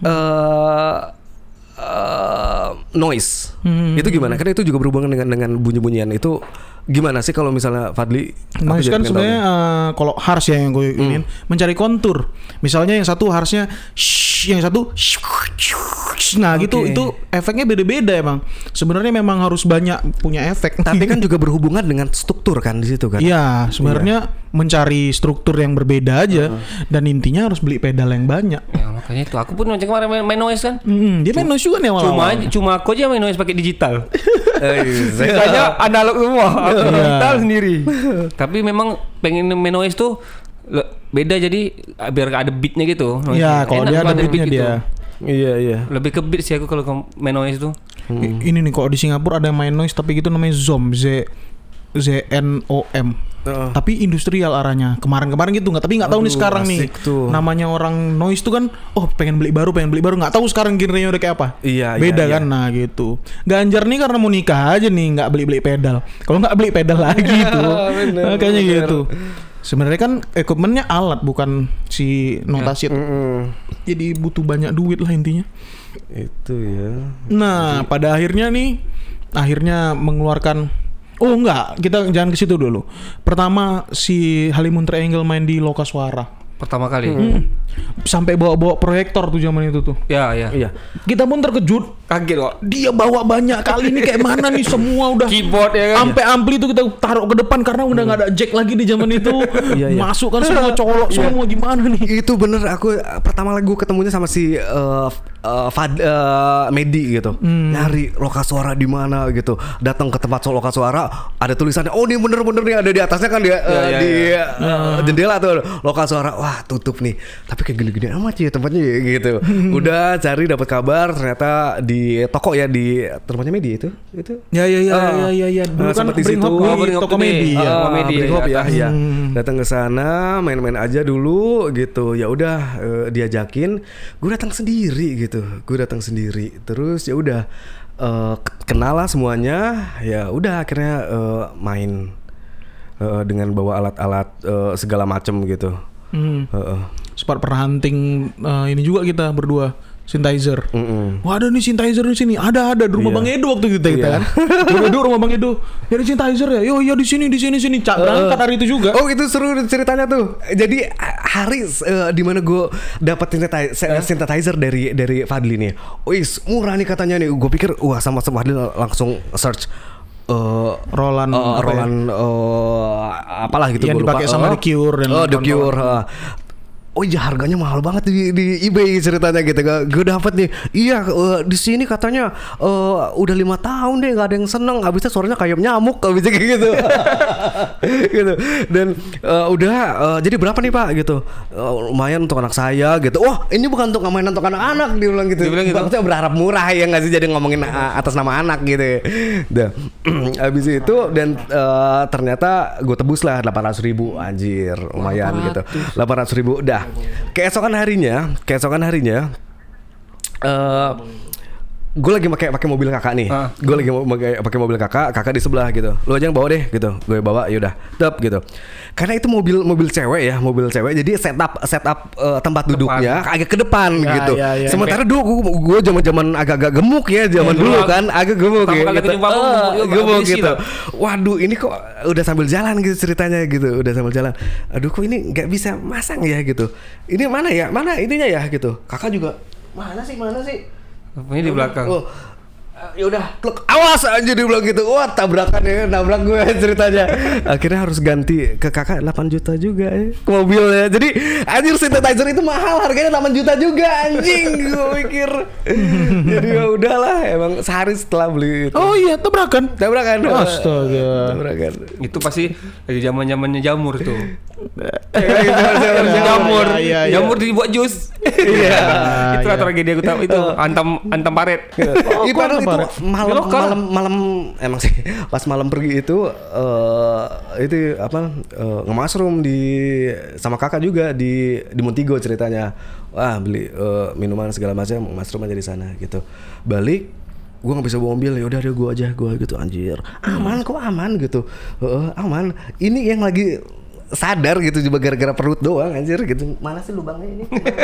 uh, uh, noise. Hmm. Itu gimana? Karena itu juga berhubungan dengan dengan bunyi-bunyian. Itu gimana sih kalau misalnya Fadli? Aku Noise jadi kan pengen sebenarnya tahu nih. eh, kalau harsh ya yang gue ingin mencari kontur. Misalnya yang satu harshnya shh, yang satu shh, nah gitu Oke. itu efeknya beda-beda emang. Sebenarnya memang harus banyak punya efek. Tapi kan juga berhubungan dengan struktur kan di situ kan. Iya, sebenarnya mencari struktur yang berbeda aja dan intinya harus beli pedal yang banyak. Ya makanya itu aku pun macam kemarin main, main noise kan. Hmm, dia main noise juga nih Cuma awal-awal. cuma aku aja main noise pakai digital. Eh, Sisanya analog semua. Aku Iya. digital sendiri. Tapi memang pengen main noise tuh le- beda jadi ah, biar ada beatnya gitu. Noise-nya. Iya, kalau Enak dia ada kalau beatnya beat gitu. dia. Iya iya. Lebih ke beat sih aku kalau ke- main noise tuh. I- Ini nih kalau di Singapura ada yang main noise tapi gitu namanya Zom, Z Z N O M. Heeh. Tapi industrial arahnya. Kemarin-kemarin gitu nggak, tapi nggak tahu nih Aduh, sekarang nih. asik tuh. Namanya orang noise tuh kan, oh pengen beli baru, pengen beli baru, nggak tahu sekarang genrenya udah kayak apa. Iya, Beda iya, kan, iya. nah gitu. Ganjar nih karena mau nikah aja nih, nggak beli-beli pedal. Kalau nggak beli pedal lagi tuh, Bener, nah, kayaknya bener. gitu. Sebenarnya kan equipmentnya alat bukan si notasi. Mm-mm. Jadi butuh banyak duit lah intinya. Itu ya. Nah, pada akhirnya nih, akhirnya mengeluarkan. Oh enggak, kita jangan ke situ dulu. Pertama si Halimun Triangle main di Lokaswara. Pertama kali. Hmm. Sampai bawa-bawa proyektor tuh zaman itu tuh. Ya ya. Iya. Kita pun terkejut. Kaget kok. Dia bawa banyak kali nih kayak mana nih semua udah. Keyboard ya kan. Sampai ampli tuh kita taruh ke depan karena udah nggak ada jack lagi di zaman itu. Iya, iya. Masuk kan semua colok semua gimana nih? Itu bener aku uh, pertama kali gue ketemunya sama si uh, uh, Fad, uh, Medi gitu. Nyari Lokaswara di mana gitu. Datang ke tempat Lokaswara ada tulisannya, oh ini bener-bener nih ada di atasnya kan dia uh, Ya, ya, di ya. uh, jendela tuh Lokaswara. Wah, tutup nih. Tapi kayak gini-gini amat ya tempatnya ya, gitu. Udah cari dapat kabar ternyata di toko ya di tempatnya Medi itu. Itu. Ya ya ya Ah. ya ya ya. Dulu Ah, kan sempet di Bring situ. Hop Oh, di Bring Hop toko Today. Medi ya. Ah, Ah, Komedi Bring ya, Hop di ya, atas. ya. Hmm. Datang ke sana, main-main aja dulu gitu. Ya udah eh, diajakin, gue datang sendiri gitu. Gue datang sendiri. Terus ya udah eh, kenal lah semuanya. Ya udah akhirnya eh, main eh, dengan bawa alat-alat eh, segala macem gitu. Hmm. Heeh. Sempat pernah hunting eh, ini juga kita berdua. Synthesizer. Mm-mm. Wah ada nih synthesizer di sini. Ada ada di rumah Iya. Bang Edo waktu kita kita Iya. kan. Bang Edo rumah Bang Edo. Ya ada synthesizer ya. Yo iya di sini di sini sini. Cak berangkat hari itu juga. Oh itu seru ceritanya tuh. Jadi hari uh, di mana gue dapat synthesizer, synthesizer dari dari Fadli nih. Wis murah nih katanya nih. Gue pikir wah sama sama Fadli langsung search. Uh, Roland uh, apa ya? Roland uh, apalah gitu Yang gua lupa. dipakai sama Uh, The Cure dan oh The kawan-kawan. Cure. uh. Oh iya harganya mahal banget di, di eBay ceritanya gitu. Gue dapet nih. Iya uh, di sini katanya uh, udah lima tahun deh nggak ada yang seneng. Abisnya suaranya kayak nyamuk. Abisnya kayak gitu. gitu. Dan uh, udah uh, jadi berapa nih Pak gitu. Uh, lumayan untuk anak saya gitu. Wah ini bukan untuk mainan untuk anak-anak dia bilang gitu. Dia bilang gitu. Maksudnya berharap murah ya nggak sih jadi ngomongin uh, atas nama anak gitu. Dah. Abis itu dan uh, ternyata gue tebus lah delapan ratus ribu anjir lumayan gitu. delapan ratus ribu dah. Keesokan harinya, keesokan harinya, uh, gue lagi pakai pakai mobil kakak nih. Ah. Gue lagi mau pakai pakai mobil kakak, kakak di sebelah gitu. Lu aja yang bawa deh gitu. Gue bawa, yaudah, tep gitu. Karena itu mobil mobil cewek ya, mobil cewek. Jadi setup setup uh, tempat duduknya agak ke depan Ya, gitu. ya, ya. Sementara dulu gue zaman zaman agak-agak gemuk ya, zaman Ya, dulu dulu kan agak gemuk pertama ya. kali Gitu. ketemu Bang, Ah, gemuk, gemuk berisi gitu. lah. Waduh, ini kok udah sambil jalan gitu ceritanya gitu, udah sambil jalan. Aduh, kok ini nggak bisa masang ya gitu. Ini mana ya? Mana ininya ya gitu. Kakak juga mana sih? Mana sih? Ini di belakang. Oh. Ya udah, kluk, awas aja dia bilang gitu. Wah, tabrakan ya, nabrak gue ceritanya. Akhirnya harus ganti ke kakak delapan juta juga ya, ke mobilnya. Jadi anjir synthesizer itu mahal, harganya delapan juta juga anjing. Gue mikir. Jadi ya udahlah, emang sehari setelah beli itu. Oh iya tabrakan. Tabrakan. Astaga. Tabrakan. Itu pasti lagi zaman-zamannya jamur tuh. Jamur, iya, iya. jamur dibuat jus. Iya. Itulah tragedi aku tahu itu antam antam paret. Oh, padahal itu malam Lokal. malam malam emang sih pas malam pergi itu eh itu apa uh, nge-mushroom di sama kakak juga di di Montigo ceritanya. Wah, beli eh, minuman segala macam, mushroom aja di sana gitu. Balik gue nggak bisa bawa mobil, ya udah ada gue aja gue gitu anjir aman kok aman gitu uh, aman ini yang lagi sadar gitu cuma gara-gara perut doang anjir gitu mana sih lubangnya ini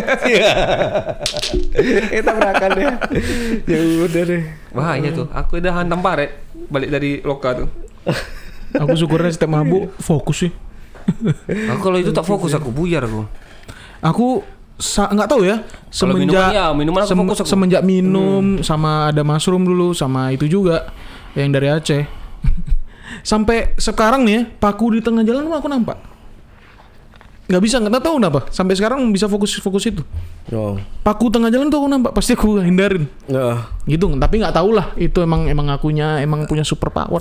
kita berakan deh ya udah deh Bahaya tuh. Aku udah hantam paret balik dari lokal tuh. Aku syukurnya setiap mabuk fokus sih. Aku kalau itu tak fokus aku buyar aku. Aku sa- nggak tahu ya Kalau semenjak minuman ya, minuman aku sem- fokus aku. semenjak minum sama ada mushroom dulu sama itu juga yang dari Aceh sampai sekarang nih ya, paku di tengah jalan aku nampak nggak bisa nggak tahu kenapa sampai sekarang bisa fokus fokus itu oh. paku tengah jalan tuh aku nampak pasti aku hindarin Uh. gitu tapi nggak tahu lah itu emang emang akunya emang punya super power.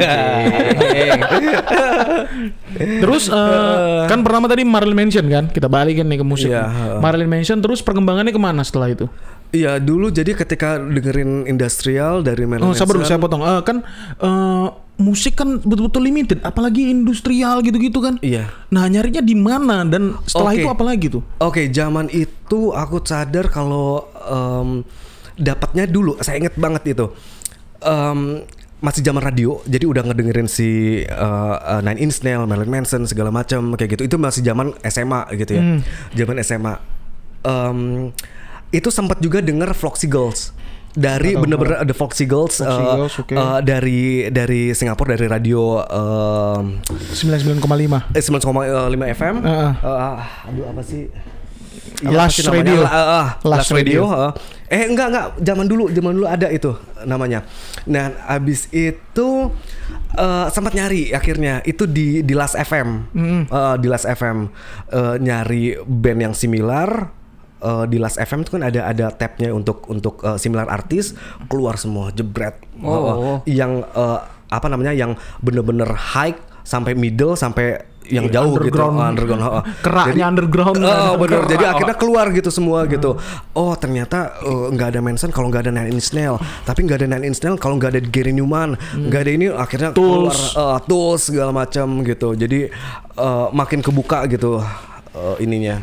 Terus uh, kan pertama tadi Marilyn Manson kan kita balikin nih ke musik. Iya, uh. Marilyn Manson terus perkembangannya kemana setelah itu? Iya dulu jadi ketika dengerin industrial dari Marilyn Oh sabar dulu Manson, saya potong. Uh, kan uh, musik kan betul-betul limited, apalagi industrial gitu-gitu kan. Iya. Nah nyarinya di mana dan setelah Oke. itu apa lagi tuh? Oke, zaman itu aku sadar kalau um, dapatnya dulu, saya inget banget itu um, masih zaman radio, jadi udah ngedengerin si uh, uh, Nine Inch Nails, Marilyn Manson segala macam kayak gitu. Itu masih zaman S M A gitu ya, Hmm. zaman S M A. Um, itu sempat juga denger Foxy Girls. Dari Atau bener-bener ada Foxy Girls, Foxy uh, Girls, oke. uh, dari dari Singapura dari radio um, sembilan puluh sembilan koma lima eh, sembilan koma lima F M. Uh-uh. Uh, aduh apa sih? Last apa sih namanya? Radio. La- uh, uh, Last Last Radio. Radio. uh. Eh enggak enggak, zaman dulu zaman dulu ada itu namanya. Nah, abis itu uh, sempat nyari akhirnya itu di di Last F M. Mm. Uh, di Last F M uh, nyari band yang similar. Uh, di Last F M itu kan ada ada tabnya untuk untuk uh, similar artis, keluar semua jebret. Oh. Uh, yang uh, apa namanya yang bener-bener high sampai middle sampai yang jauh Underground. gitu. Oh, underground. Oh, oh. Keraknya underground. Oh, bener. Kerak. Jadi akhirnya keluar gitu semua gitu. Oh, ternyata uh, nggak ada Manson kalau nggak ada Nine Inch Nails. Tapi nggak ada Nine Inch Nails kalau nggak ada Gary Numan. Nggak ada ini akhirnya keluar Tools. uh, Tools segala macam gitu. Jadi uh, makin kebuka gitu uh, ininya.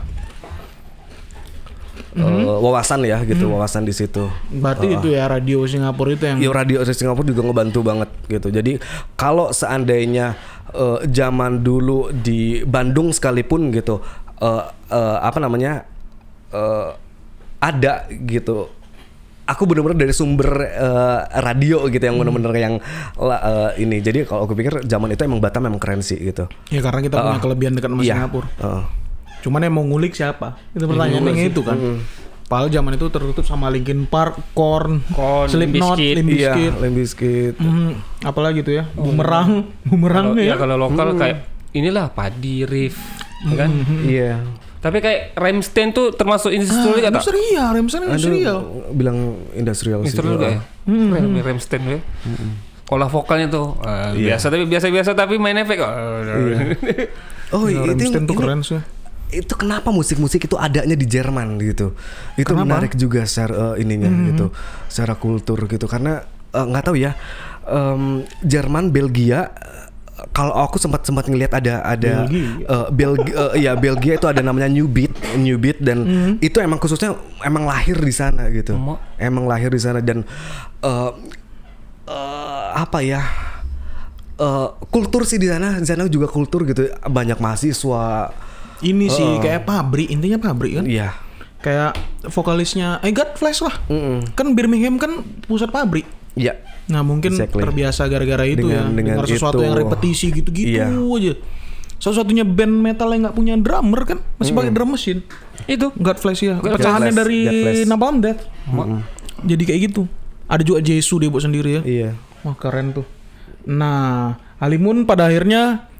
Uh, wawasan ya gitu, wawasan di situ. Berarti itu ya radio Singapura itu yang Yo radio di Singapura juga ngebantu banget gitu. Jadi kalau seandainya uh, zaman dulu di Bandung sekalipun gitu, uh, uh, apa namanya uh, ada gitu. Aku benar-benar dari sumber uh, radio gitu yang benar-benar yang uh, ini. Jadi kalau aku pikir zaman itu emang Batam emang keren sih gitu. ya karena kita punya Uh, kelebihan dekat sama iya. Singapura. Uh. Cuman yang mau ngulik siapa? Itu pertanyaannya itu kan. Padahal zaman itu tertutup sama Linkin Park, Korn, Korn, Slipknot, Limp Bizkit. Limp Iya, Bizkit. Limp Bizkit. Hmm, apalagi tuh ya, bumerang, bumerang Kalau, nih ya ya. kalau lokal kayak inilah Padi Riff kan. Iya. Tapi kayak Rammstein tuh termasuk industrial Ah, kata. industrial, Remsen industrial. Aduh, bilang industrial sih. Industrial juga ya. Ram- Rammstein ya. Olah vokalnya tuh eh, Iya. biasa tapi biasa-biasa tapi main efek kok. Oh, Ya, itu Rammstein tuh ini- keren sih. itu kenapa musik-musik itu adanya di Jerman gitu. Itu Kenapa? menarik juga secara uh, ininya gitu, secara kultur gitu karena uh, nggak tahu ya. Um, Jerman, Belgia uh, kalau aku sempat sempat ngelihat ada ada Belgia. uh, Belgia uh, ya Belgia itu ada namanya New Beat, New Beat dan itu emang khususnya emang lahir di sana gitu. Emak. Emang lahir di sana dan uh, uh, apa ya? Uh, kultur sih di sana, di sana juga kultur gitu. Banyak mahasiswa. Ini sih Oh. kayak pabrik, intinya pabrik kan. Iya. Kayak vokalisnya I Got Flash lah. Mm-mm. Kan Birmingham kan pusat pabrik. Iya. Nah mungkin Exactly. terbiasa gara-gara itu Dengan- ya dengan dengar sesuatu itu. yang repetisi gitu-gitu Iya. aja. Satu-satunya band metal yang nggak punya drummer kan masih pakai drum machine. Itu God Flash ya. God Pecahannya Flash, dari God Flash. Napalm Death. Jadi kayak gitu. Ada juga Jesu dia buat sendiri ya. Iya. Wah keren tuh. Nah, Halimun pada akhirnya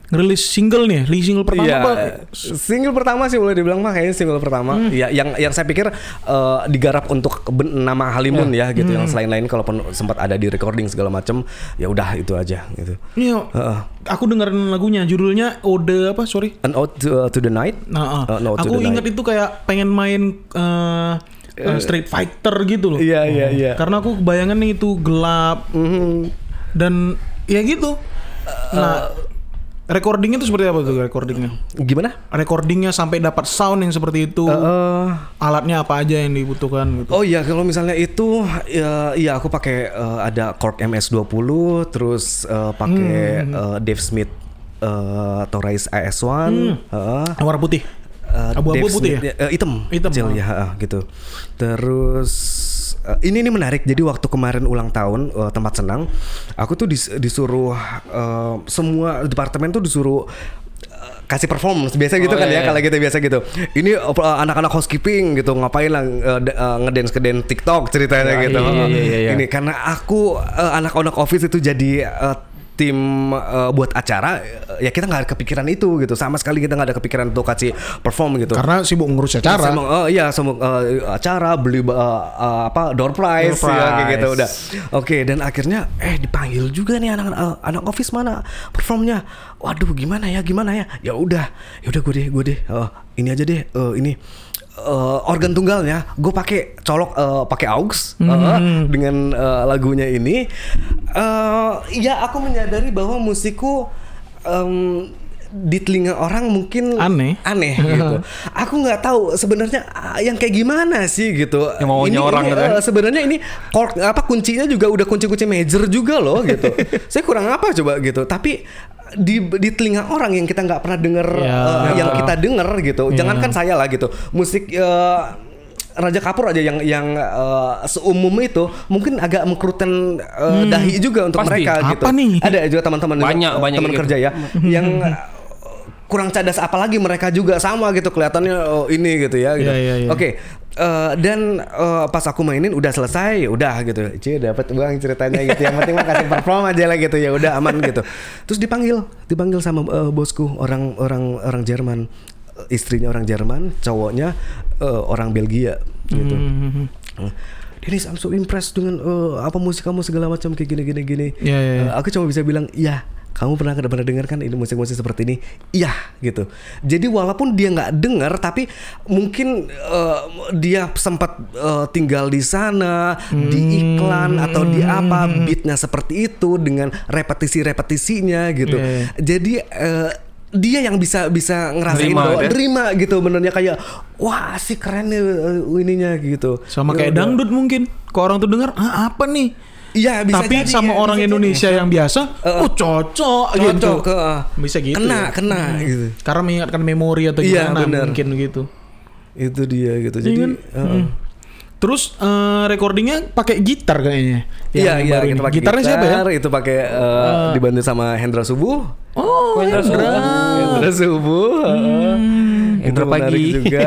ngerilis single nih, rilis single pertama Iya, apa? single pertama sih boleh dibilang mah kayaknya single pertama. Hmm. Ya, yang yang saya pikir uh, digarap untuk ben- nama Halimun ya, gitu. Hmm. Yang selain-lain kalaupun sempat ada di recording segala macam, ya udah itu aja gitu. Iya. Heeh. Aku dengerin lagunya, judulnya Ode apa? Sorry. An Ode to, uh, to the Night. Nah, Uh, uh. No to aku the ingat Night. itu kayak pengen main uh, uh, Street Fighter gitu loh. Iya, iya, iya. Karena aku kebayangan nih itu gelap Mhm. dan ya gitu. Nah, recordingnya itu seperti apa tuh recordingnya? Gimana? Recordingnya sampai dapat sound yang seperti itu. Uh, Alatnya apa aja yang dibutuhkan gitu? Oh iya, kalau misalnya itu ya, iya aku pakai uh, ada Korg M S dua puluh, terus uh, pakai Hmm. uh, Dave Smith uh, Taurus A S satu, uh, Warna putih. uh, Abu-abu Dave putih Smith, ya? uh, hitam, Hitam, kecil ah. ya, uh, gitu. Terus uh, ini ini menarik. Jadi waktu kemarin ulang tahun uh, tempat senang, aku tuh dis- disuruh uh, semua departemen tuh disuruh kasih perform biasa gitu Oh, kan iya, ya, iya. kalau gitu biasa gitu. Ini uh, anak-anak housekeeping gitu ngapain lah uh, d- uh, ngedance ke dance TikTok ceritanya Ah, gitu. iya, iya, iya, iya. Ini karena aku uh, anak-anak office itu jadi uh, tim uh, buat acara, uh, ya kita nggak ada kepikiran itu gitu, sama sekali kita nggak ada kepikiran untuk kasih perform gitu. Karena sibuk ngurus acara. Sama, uh, iya sama uh, acara beli uh, uh, apa door prize, Door ya, kayak prize. gitu udah. Oke, dan akhirnya eh dipanggil juga nih anak uh, anak office mana performnya. Waduh, gimana ya gimana ya? Ya udah, ya udah gue deh gue deh. Uh, ini aja deh uh, ini uh, organ tunggalnya gue pakai colok uh, pakai aux uh, Hmm. dengan uh, lagunya ini. Uh, ya aku menyadari bahwa musikku um, di telinga orang mungkin Aneh. aneh gitu. Aku nggak tahu sebenarnya ah, yang kayak gimana sih gitu. Yang maunya orang ini, gitu kan? eh, sebenarnya ini chord apa kuncinya juga udah kunci-kunci major juga loh gitu. Saya kurang apa coba gitu. Tapi di di telinga orang yang kita nggak pernah dengar Ya. eh, yang kita dengar gitu. Ya. Jangankan saya lah gitu. Musik eh, Raja Kapur aja yang yang uh, seumum itu mungkin agak mengkerutan uh, dahi juga untuk Pasti. mereka Apa gitu. nih? Ada juga teman-teman Banyak, uh, banyak teman kayak kerja ya yang uh, kurang cadas, apalagi mereka juga sama gitu kelihatannya oh, ini gitu ya gitu. Iya, iya, iya. Oke. Uh, dan uh, pas aku mainin udah selesai, udah gitu. Cie dapat uang ceritanya gitu. Yang penting mah kasih perform aja lah gitu ya, udah aman gitu. Terus dipanggil, dipanggil sama uh, bosku orang orang orang Jerman. Istrinya orang Jerman, cowoknya uh, orang Belgia gitu. Hmm. Uh, Dennis, I'm so impressed dengan uh, apa musik kamu segala macam kayak gini gini gini. Iya, iya, iya. Uh, aku cuma bisa bilang, iya. Kamu pernah pernah dengar kan ini musik-musik seperti ini? Iya gitu. Jadi walaupun dia nggak dengar, tapi mungkin uh, dia sempat uh, tinggal di sana, Hmm. di iklan atau di apa, beatnya seperti itu dengan repetisi-repetisinya gitu. Iya, iya. Jadi uh, dia yang bisa bisa ngerasain Nerima, bahwa ya? nerima gitu, benernya kayak wah sih keren nih uh, ininya gitu. Sama Ya kayak udah. dangdut mungkin. Kok orang tuh dengar, ah, apa nih? Iya bisa Tapi jadi, sama ya, orang bisa Indonesia jadi. yang biasa, Uh, oh cocok, cocok gitu. ke uh, Bisa gitu. kena ya? kena gitu. Karena mengingatkan memori atau Iya, gimana bener. mungkin gitu. Itu dia gitu. Jadi Iya kan? uh, Hmm. Terus eh, recordingnya pakai gitar kayaknya. Yang iya iya baru kita ini. pakai Gitarnya gitar, siapa ya? Itu pakai uh, dibantu sama Hendra Subuh. Oh, Hendra Hendra. Hendra Subuh. uh, itu Hendra menarik pagi. juga.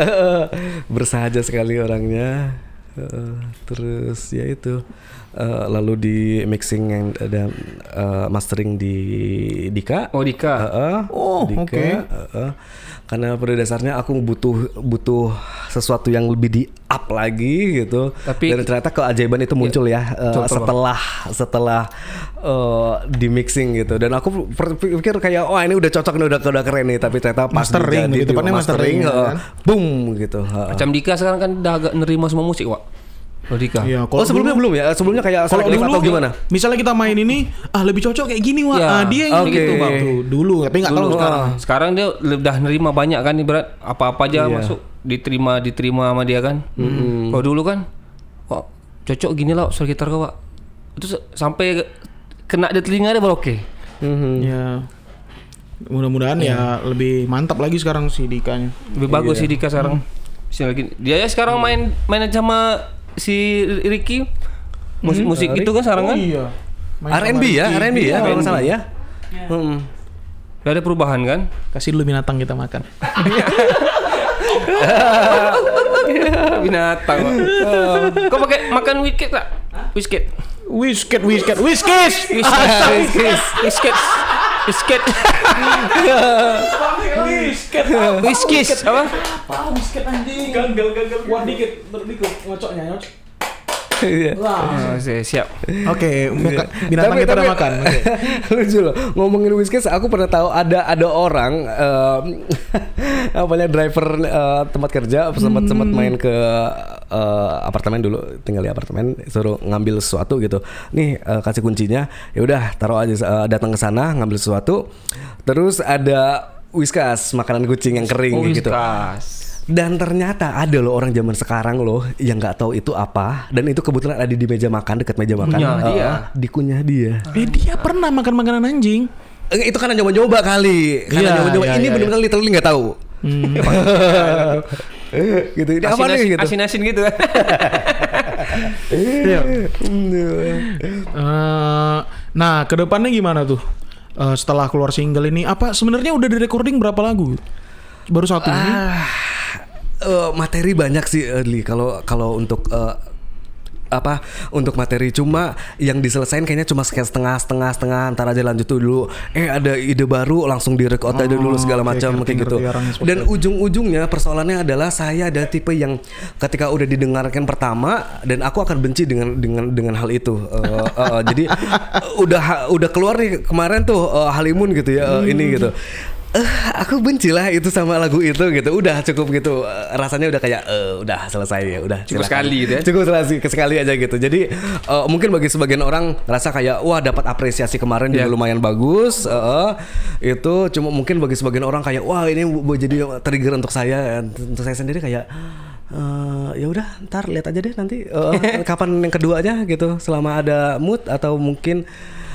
Bersahaja sekali orangnya. Uh, terus ya itu. Uh, lalu di mixing yang ada uh, mastering di Dika. Oh Dika. Uh-uh, Oh, Dika, oke. uh-uh. Karena pada dasarnya aku butuh butuh sesuatu yang lebih di up lagi gitu. Tapi- dan ternyata keajaiban itu muncul ya, uh, Contoh, setelah setelah uh, di mixing gitu. Dan aku pikir kayak oh ini udah cocok, ini udah udah keren nih. Tapi ternyata pas Mastering, dijadi- gitu, tepatnya mastering, uh, kan? boom gitu. uh-uh. Macam Dika sekarang kan udah agak nerima semua musik, Wak. Oh Dika. Iya, Oh sebelumnya belum ya? Sebelumnya kayak Kalau selektif dulu atau gimana? Misalnya kita main ini, ah lebih cocok kayak gini, Wak. Ya, Ah, dia yang oke. gitu, Bang. Tuh, dulu, tapi nggak tahu Dulu, sekarang. ah, sekarang dia udah nerima banyak kan, ibarat apa-apa aja Iya. masuk diterima diterima sama dia kan. Kalau dulu kan, kok cocok gini lah suara gitar kau, Wak. Itu s- sampai kena di telinga dia baru oke. Mhm. Ya. Mudah-mudahan ya lebih mantap lagi sekarang si Dikanya. Lebih bagus sih Dika sekarang. Bisa lagi. Dia ya sekarang main main sama si Ricky. Musik-musik itu kan sekarang kan. iya. R and B ya, R and B ya kalau nggak salah ya. Hmm. Gak ada perubahan kan? Kasih dulu binatang kita makan. Binatang. Wak. Oh. Kau pakai makan whisket tak? Whisket. Whisket, whisket, whiskis. Whisket. Whisket. Bisket. Whiskis apa? Apa biskuit anjing? Gagal gagal. Buat dikit, dikit ngocoknya ngocok. Iya. Oh, siap. Oke, muka- binatang kita udah makan. Oke. Lucu loh, ngomongin Whiskas, aku pernah tahu ada ada orang um, apanya driver uh, tempat kerja sempat sempat main ke uh, apartemen dulu, tinggal di apartemen, suruh ngambil sesuatu gitu. Nih uh, kasih kuncinya, ya udah taruh aja, uh, datang ke sana ngambil sesuatu, terus ada Whiskas, makanan kucing yang kering Oh, gitu. Whiskas. Dan ternyata ada loh orang zaman sekarang loh yang nggak tahu itu apa, dan itu kebetulan ada di meja makan, dekat meja makan. Kunyah Uh, dia. Dikunyah dia. Eh dia pernah makan makanan anjing. Eh, itu kan nyoba-nyoba kali. Karena Iya, nyoba-nyoba. iya, Ini iya, benar-benar literally nggak tahu. Hmm. Gitu. Ini apa nih gitu? Asin-asin gitu. Iya. Eh, nah, kedepannya gimana tuh? Eh, setelah keluar single ini, apa sebenarnya udah di recording berapa lagu? Baru satu ini. Ah, eh, materi banyak sih, Li. Kalau kalau untuk eh, apa untuk materi, cuma yang diselesain kayaknya cuma kayak setengah setengah setengah ntar aja lanjut tuh dulu, eh ada ide baru langsung direkod aja dulu segala oke, macam ngerti, kayak gitu. ngerti arahnya seperti Dan itu. ujung-ujungnya persoalannya adalah saya ada tipe yang ketika udah didengarkan pertama dan aku akan benci dengan dengan dengan hal itu. Eh, eh, jadi eh, udah udah keluar nih kemarin tuh eh, Halimun gitu ya, eh, ini gitu. Eh, aku benci lah itu sama lagu itu gitu. Udah cukup gitu. Eh, rasanya udah kayak eh, udah selesai ya, udah. Cukup silakan. sekali gitu ya. Cukup sekali, sekali aja gitu. Jadi eh, mungkin bagi sebagian orang ngerasa kayak wah dapat apresiasi kemarin juga Yeah. lumayan bagus. Eh, eh, itu cuma mungkin bagi sebagian orang kayak wah ini bu- jadi trigger untuk saya. Untuk saya sendiri kayak eh, ya udah ntar lihat aja deh nanti eh, kapan yang kedua aja gitu. Selama ada mood atau mungkin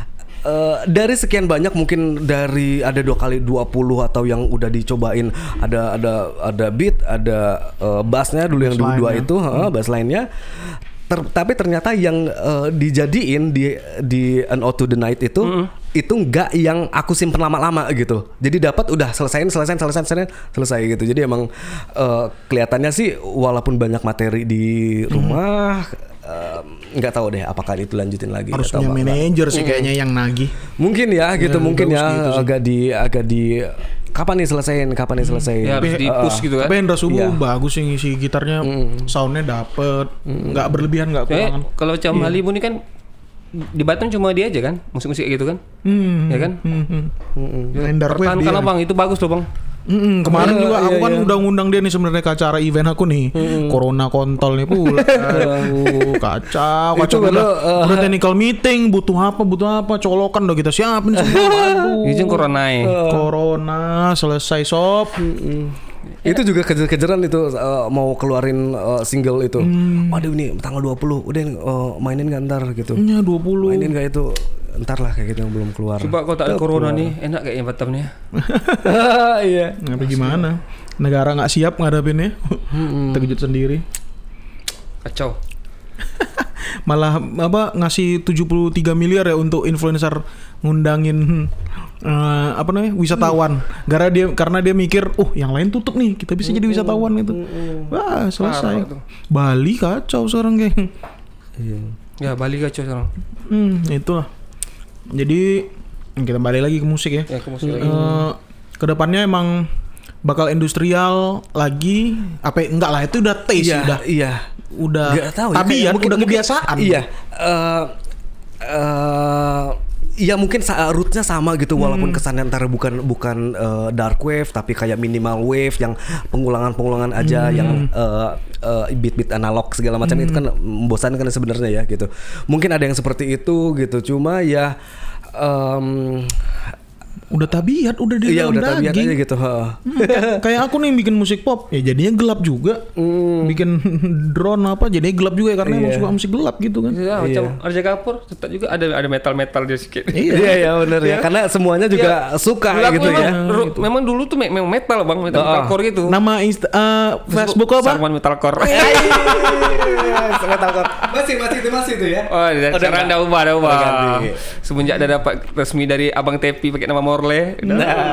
Uh, dari sekian banyak mungkin dari ada dua kali dua puluh atau yang udah dicobain ada ada ada beat, ada uh, bassnya dulu yang Bass dua line-nya. itu, uh, bass line-nya. Ter- tapi ternyata yang uh, dijadiin di di An Ode to the Night itu itu enggak yang aku simpen lama-lama gitu. Jadi dapat udah selesaiin selesai selesai selesai selesai gitu. Jadi emang uh, kelihatannya sih walaupun banyak materi di rumah nggak tahu deh apakah itu lanjutin lagi Harus atau punya apa. manajer sih kayaknya yang nagih. Mungkin ya gitu, Ya, mungkin bagus ya gitu sih. agak di agak di kapan nih selesaiin, kapan nih selesaiin. Ya harus Tapi, di-push gitu kan. Tapi Hendra Subuh Iya. bagus sih ngisi gitarnya, soundnya dapet, nggak berlebihan nggak Soalnya kurangan. kalau Cam Halimun ini kan di Batam cuma dia aja kan, musik-musik kayak gitu kan. Hmm, Ya kan? hmm, hmm. Hendar Wave Pertahankan dia. lah Bang, itu bagus loh Bang. Mm-mm, kemarin Iya, juga aku iya, kan iya. udah ngundang dia nih sebenarnya ke acara event aku nih. Corona kontol nih pula. Aduh, kacau, Itu kacau baru, udah, uh, udah technical meeting, butuh apa, butuh apa, colokan udah kita siapin semua. Aduh. Izin corona ya. Corona selesai sob. Itu juga kejar-kejaran itu uh, mau keluarin uh, single itu. Waduh ini tanggal dua puluh udah uh, mainin nggak ntar gitu. Ya dua puluh. Mainin nggak itu ntar lah kayak gitu yang belum keluar. Coba kalau tak ada corona nih, enak kayaknya Batam nih. Iya. Tapi gimana? Negara nggak siap ngadapinnya. Terkejut sendiri. Kacau. Malah apa ngasih tujuh puluh tiga miliar ya untuk influencer ngundangin eh, apa namanya wisatawan. Gara dia karena dia mikir, "Oh, yang lain tutup nih, kita bisa jadi wisatawan itu." Wah, selesai. Parah tuh. Bali kacau sekarang kayak. Iya. Ya Bali kacau sekarang. Hmm, itulah. Jadi kita balik lagi ke musik ya. Ya ke musik lagi. Eh, kedepannya emang bakal industrial lagi apa ya? Enggak lah, itu udah taste Iya, udah iya. udah Nggak tahu ya, tabiat, kayak mungkin- udah mungkin- kebiasaan. Iya. Eh eh, ya mungkin sa- rootnya sama gitu, walaupun kesannya antara bukan bukan eh, dark wave tapi kayak minimal wave yang pengulangan-pengulangan aja, yang eh, eh, beat-beat analog segala macam itu kan membosankan sebenarnya ya gitu. Mungkin ada yang seperti itu gitu, cuma ya em, Udah tabiat, udah di iya dalam udah tabiat daging. aja gitu. heeh. Hmm, kayak- kayak aku nih bikin musik pop, ya jadinya gelap juga. Bikin drone apa, jadinya gelap juga ya, karena emang Iya. suka musik gelap gitu kan. Ya, macam Iya. Arja Kapur tetap juga ada ada metal-metal dia sedikit. Iya ya benar ya, karena semuanya juga suka Lagu gitu memang, ya. ru- memang dulu tuh me- memang metal Bang, metal Oh, oh. metalcore gitu. Nama insta, eh, Facebook apa? Sarman Metalcore. Metalcore. Masih masih itu masih itu ya. Oh, dan sekarang udah ubah, udah ubah. Udah ganti. Semenjak ada dapat resmi dari Abang Tepi pakai nama Morle. Nah.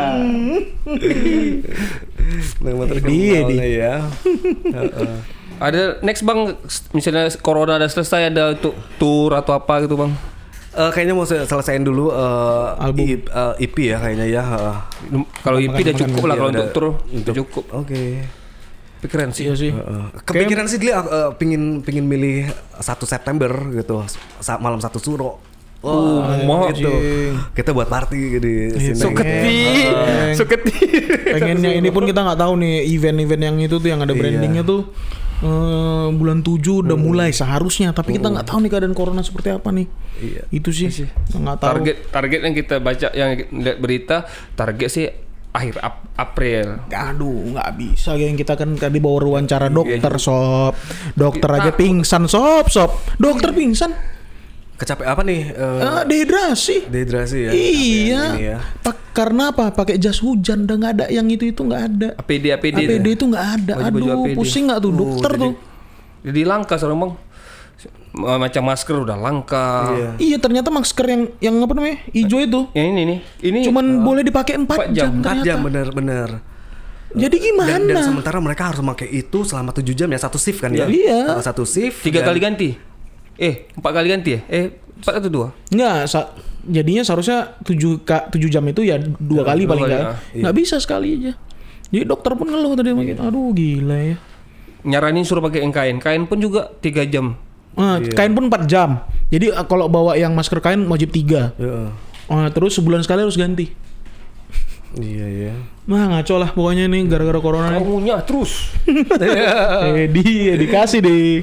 Memang terkenal Dia, dia. ya. Heeh. Ada next Bang, misalnya corona udah selesai, ada untuk tour atau apa gitu Bang. Uh, kayaknya mau sel- selesaiin dulu uh, Album. I- uh, E P ya kayaknya ya. Uh, Kalau E P udah cukup lah, Iya, kalau udah- untuk tour untuk- cukup. Oke. Tapi keren sih. Iya sih. Uh, kepikiran sih dia uh, pingin pingin milih satu September gitu, sa- malam satu Suro. Oh, mau gitu. Kita buat party di sini. Suketi, Peng. suketi. Pengennya ini pun kita nggak tahu nih event-event yang itu tuh yang ada brandingnya tuh eh, bulan tujuh udah mulai seharusnya, tapi kita nggak tahu nih keadaan corona seperti apa nih. Iya. Itu sih nggak tahu. Target target yang kita baca yang lihat berita, target sih akhir Ap- April. Aduh, nggak bisa yang kita kan tadi bawa wawancara dokter sob, dokter aja Kita- pingsan sob sob, dokter pingsan, Kecapek apa nih? Uh, ah, dehidrasi. dehidrasi ya. Iya, Ini ya. Pak, karena apa? Pakai jas hujan, udah nggak ada yang itu itu nggak ada. A P D A P D. A P D itu nggak ada. Baju-baju Aduh, A P D. pusing nggak tuh dokter tuh? Jadi langka sekarang bang. Macam masker udah langka. Iya. Iya, ternyata masker yang yang apa namanya hijau itu, Yang ini nih, ini cuman boleh dipakai empat empat jam. jam. empat ternyata. jam bener-bener. Jadi gimana? Dan, dan sementara mereka harus memakai itu selama tujuh jam ya, satu shift kan ya? Iya. Uh, Satu shift. tiga dan- kali ganti. Eh, empat kali ganti ya? Eh, empat atau dua? Nggak, sa- jadinya seharusnya tujuh ka, tujuh jam itu ya dua kali dua paling kali, nggak. ah. Nggak bisa sekali aja. Jadi dokter pun ngeluh tadi makin, aduh gila ya. Nyaranin suruh pakai yang kain. Kain pun juga tiga jam. Ah, kain pun empat jam. Jadi ah, kalau bawa yang masker kain wajib tiga. Iya. Ah, terus sebulan sekali harus ganti. Iya iya. Nah ngaco lah pokoknya nih gara-gara corona nih. Kamunya terus. Eh di, eh, dikasih deh.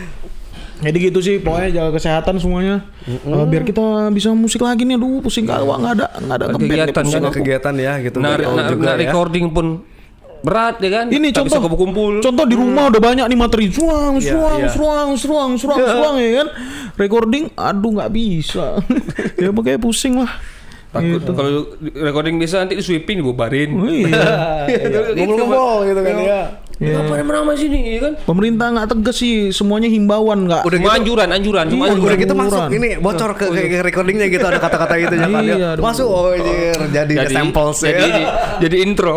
Jadi gitu sih, pokoknya jaga kesehatan semuanya. Eh, biar kita bisa musik lagi nih. Aduh pusing kawak, nggak ada nggak ada Ada ngeband nih, kegiatan, pusing kan? aku. Kegiatan ya gitu. Nah, Dari awal nah, juga nah, ya. recording pun berat ya kan? Ini Tak bisa contoh kumpul-kumpul. Contoh di rumah udah banyak nih materi, suang, Iya, suang, iya. suang, suang, suang, suang ya kan. Recording, aduh nggak bisa. Ya pokoknya pusing lah. Takut Gitu. kalau recording bisa nanti di sweeping dibubarin. Oh, iya. Ngumpul-ngumpul gitu kan ya. Ya. Ngapain meramai sini ya kan? Pemerintah nggak tegas sih, semuanya himbauan nggak. Udah Semua gitu- anjuran, anjuran, semua Iya, anjuran. Udah gitu Liburan. masuk ini bocor ke, ke, ke recordingnya gitu ada kata-kata itu ya kan ya. Iya, aduh. Masuk oh anjir jadi, samples ya. jadi, jadi intro.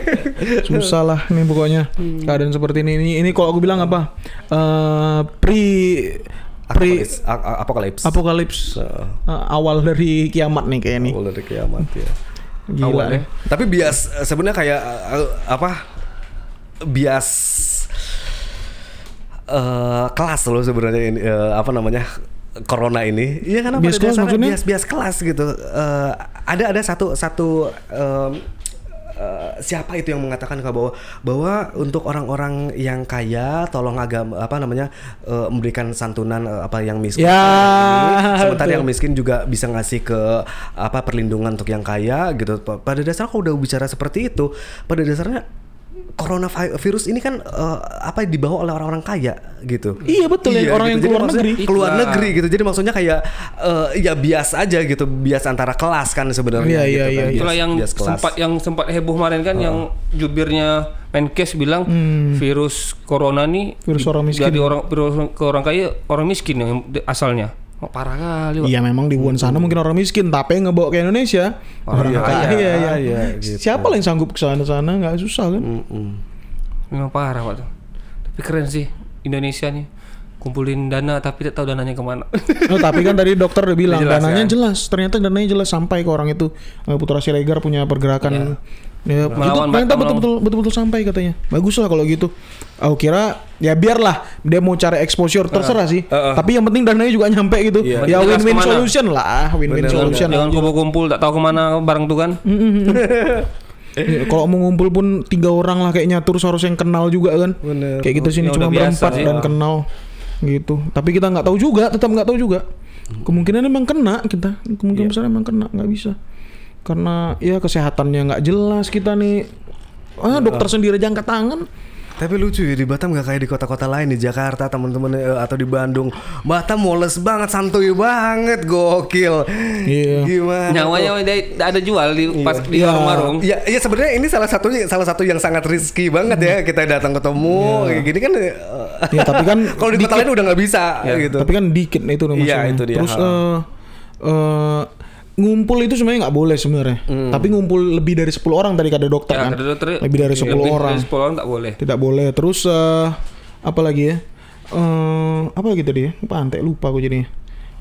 Susah lah nih pokoknya keadaan seperti ini. Ini, ini kalau aku bilang apa? Eh, pre pre Apokalips. A- a- Apokalips. apokalips Heeh. Eh, awal dari kiamat nih kayak ini. Awal dari kiamat ya. Gila. Awal ya. nih. Tapi bias sebenarnya kayak uh, apa? Bias eh kelas loh sebenarnya ini eh, apa namanya? Corona ini. Iya kan apa Bias kelas maksudnya? bias bias kelas gitu. Eh, ada ada satu satu em, eh, siapa itu yang mengatakan bahwa bahwa untuk orang-orang yang kaya tolong agama apa namanya eh, memberikan santunan eh, apa yang miskin. Ya, Ini, sementara betul. yang miskin juga bisa ngasih ke apa perlindungan untuk yang kaya gitu. Pa- Pada dasarnya kalau udah bicara seperti itu, pada dasarnya coronavirus ini kan eh, apa dibawa oleh orang-orang kaya gitu. Iya, betul, yang orang yang Jadi keluar maksudnya negeri. Keluar Nah. negeri gitu. Jadi maksudnya kayak eh, ya bias aja gitu, bias antara kelas kan sebenarnya. Iya, gitu iya, kan. iya, iya. Itulah yang Bias kelas. sempat yang sempat heboh kemarin kan yang jubirnya Menkes bilang virus corona nih Hmm. Virus di- orang miskin. dari orang virus ke orang kaya orang miskin yang di- asalnya. Oh, parah kali. Pak. Iya memang di Wuhan sana mungkin orang miskin, tapi yang ngebawa ke Indonesia orang Orang kaya. kaya. Iya, iya. Iya, gitu. Siapa lah yang sanggup ke sana sana nggak susah kan? Mm-mm. Memang parah Pak tuh. Tapi keren sih Indonesia nih kumpulin dana tapi tidak tahu dananya kemana. Oh, tapi kan tadi dokter udah bilang Jelas, dananya kan? jelas. Ternyata dananya jelas sampai ke orang itu. Eh, Putra Siregar punya pergerakan. Ya, itu Melawan ternyata Batam, betul-betul betul-betul sampai katanya. Bagus lah kalau gitu. Aku kira ya biarlah dia mau cari exposure terserah sih. uh, uh. Tapi yang penting dananya juga nyampe gitu. Iya. Ya Jelas win-win kemana. solution lah, win-win Bener, solution. Jangan kumpul-kumpul tak tahu kemana barang tuh kan. Ya, kalau mau ngumpul pun tiga orang lah kayaknya terus harus yang kenal juga kan. Bener. Kayak gitu sini Ya cuma udah biasa berempat sih. dan kenal gitu. Tapi kita nggak tahu juga, tetap nggak tahu juga. Kemungkinan emang kena kita, kemungkinan besar emang kena, nggak bisa. Karena ya kesehatannya nggak jelas kita nih. Ah dokter sendiri aja angkat tangan. Tapi lucu ya di Batam gak kayak di kota-kota lain di Jakarta teman-teman eh, atau di Bandung. Batam moles banget, santuy banget, gokil. Iya. Gimana? Nyawanya udah tidak ada jual di pas di Iya. warung-warung. Ya, ya sebenarnya ini salah satunya salah satu yang sangat risky banget ya kita datang ketemu kayak gini kan. eh, Ya tapi kan kalau di kota dikit- lain udah nggak bisa gitu. Tapi kan dikit nah itu Iya, maksudnya. itu dia. Terus Ha. eh eh, ngumpul itu sebenarnya nggak boleh sebenarnya. Tapi ngumpul lebih dari sepuluh orang tadi kata dokter Ya, kan. kata dokter, lebih dari sepuluh lebih orang. dari sepuluh orang tak boleh. Tidak boleh. Terus eh apa lagi ya? Eh apa lagi tadi ya? Lupa antek lupa aku jadinya.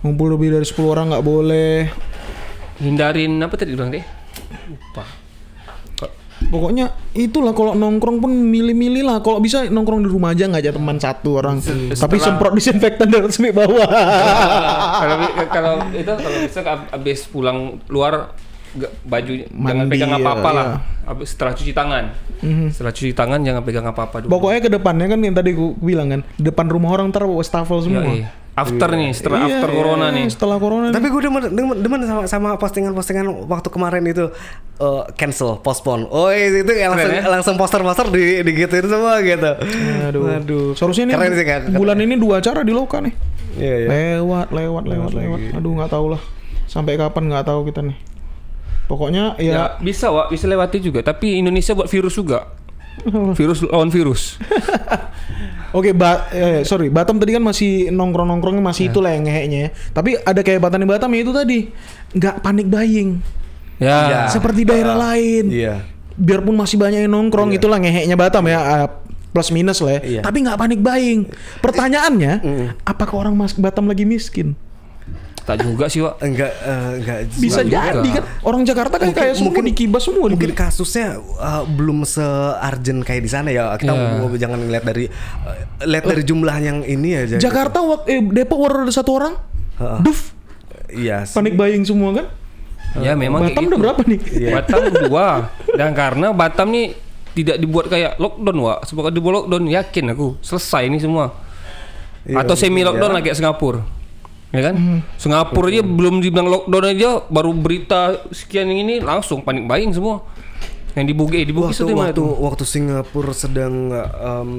Ngumpul lebih dari sepuluh orang nggak boleh. Hindarin apa tadi bilang deh? Lupa. Pokoknya itulah kalau nongkrong pun milih-milih lah. Kalau bisa nongkrong di rumah aja, nggak aja teman satu orang. Setelah- Tapi semprot disinfektan dari sampai bawah. kalau kalau itu kalau bisa habis pulang luar gak, baju jangan Mandi, pegang apa-apa ya, lah. Habis setelah cuci tangan. Setelah cuci tangan jangan pegang apa-apa dulu. Pokoknya ke depannya kan yang tadi gue bilang kan, depan rumah orang ntar wastafel semua. Yoi. After nih, setelah Iya, after corona nih. Setelah corona. Tapi gue demen, demen, demen sama, sama postingan-postingan waktu kemarin itu uh, cancel, postpone. Oh itu ya langsung, Keren, ya? langsung poster-poster di digituin semua gitu. Aduh. Aduh. Seharusnya ini Keren sih, Kak. bulan ini dua acara di Loka nih. Iya, iya. Lewat, lewat, lewat, lewat. Aduh nggak tahu lah. Sampai kapan nggak tahu kita nih. Pokoknya Ya, ya. bisa Wak, bisa lewati juga. Tapi Indonesia buat virus juga. Virus lawan virus. Oke, ba eh, sorry, Batam tadi kan masih nongkrong-nongkrongnya masih itu lah yang ngeheknya ya. Tapi ada kehebatan di Batam ya itu tadi, nggak panik buying. Ya. Seperti daerah lain. Iya. Biarpun masih banyak yang nongkrong, itulah ngeheknya Batam ya. uh, plus minus lah ya. Iya. Tapi nggak panik buying. Pertanyaannya, apakah orang mas Batam lagi miskin? Tak juga sih, Wak. Enggak, uh, enggak Bisa juga. jadi kan. Orang Jakarta kan kayak semua dikibas semua. mungkin di- kasusnya uh, belum se-urgent kayak di sana ya. Kita Ya. mau jangan ngeliat dari uh, lihat dari jumlah yang ini aja. Jakarta wak- eh, Depok baru ada satu orang. Heeh. Duf, Iya. sih. panik buying semua kan? Ya memang Batam kayak udah gitu. berapa nih? Batam dua. Dan karena Batam nih tidak dibuat kayak lockdown, Wak. Sebab kalau dibuat lockdown yakin aku selesai ini semua. Iya, Atau semi lockdown iya. lah kayak Singapura. Ya kan? Hmm. Singapura aja belum dibilang lockdown aja baru berita sekian yang ini langsung panik buying semua. Yang di Bugis, di Bugis Waktu itu di mana waktu, tuh? waktu Singapura sedang um,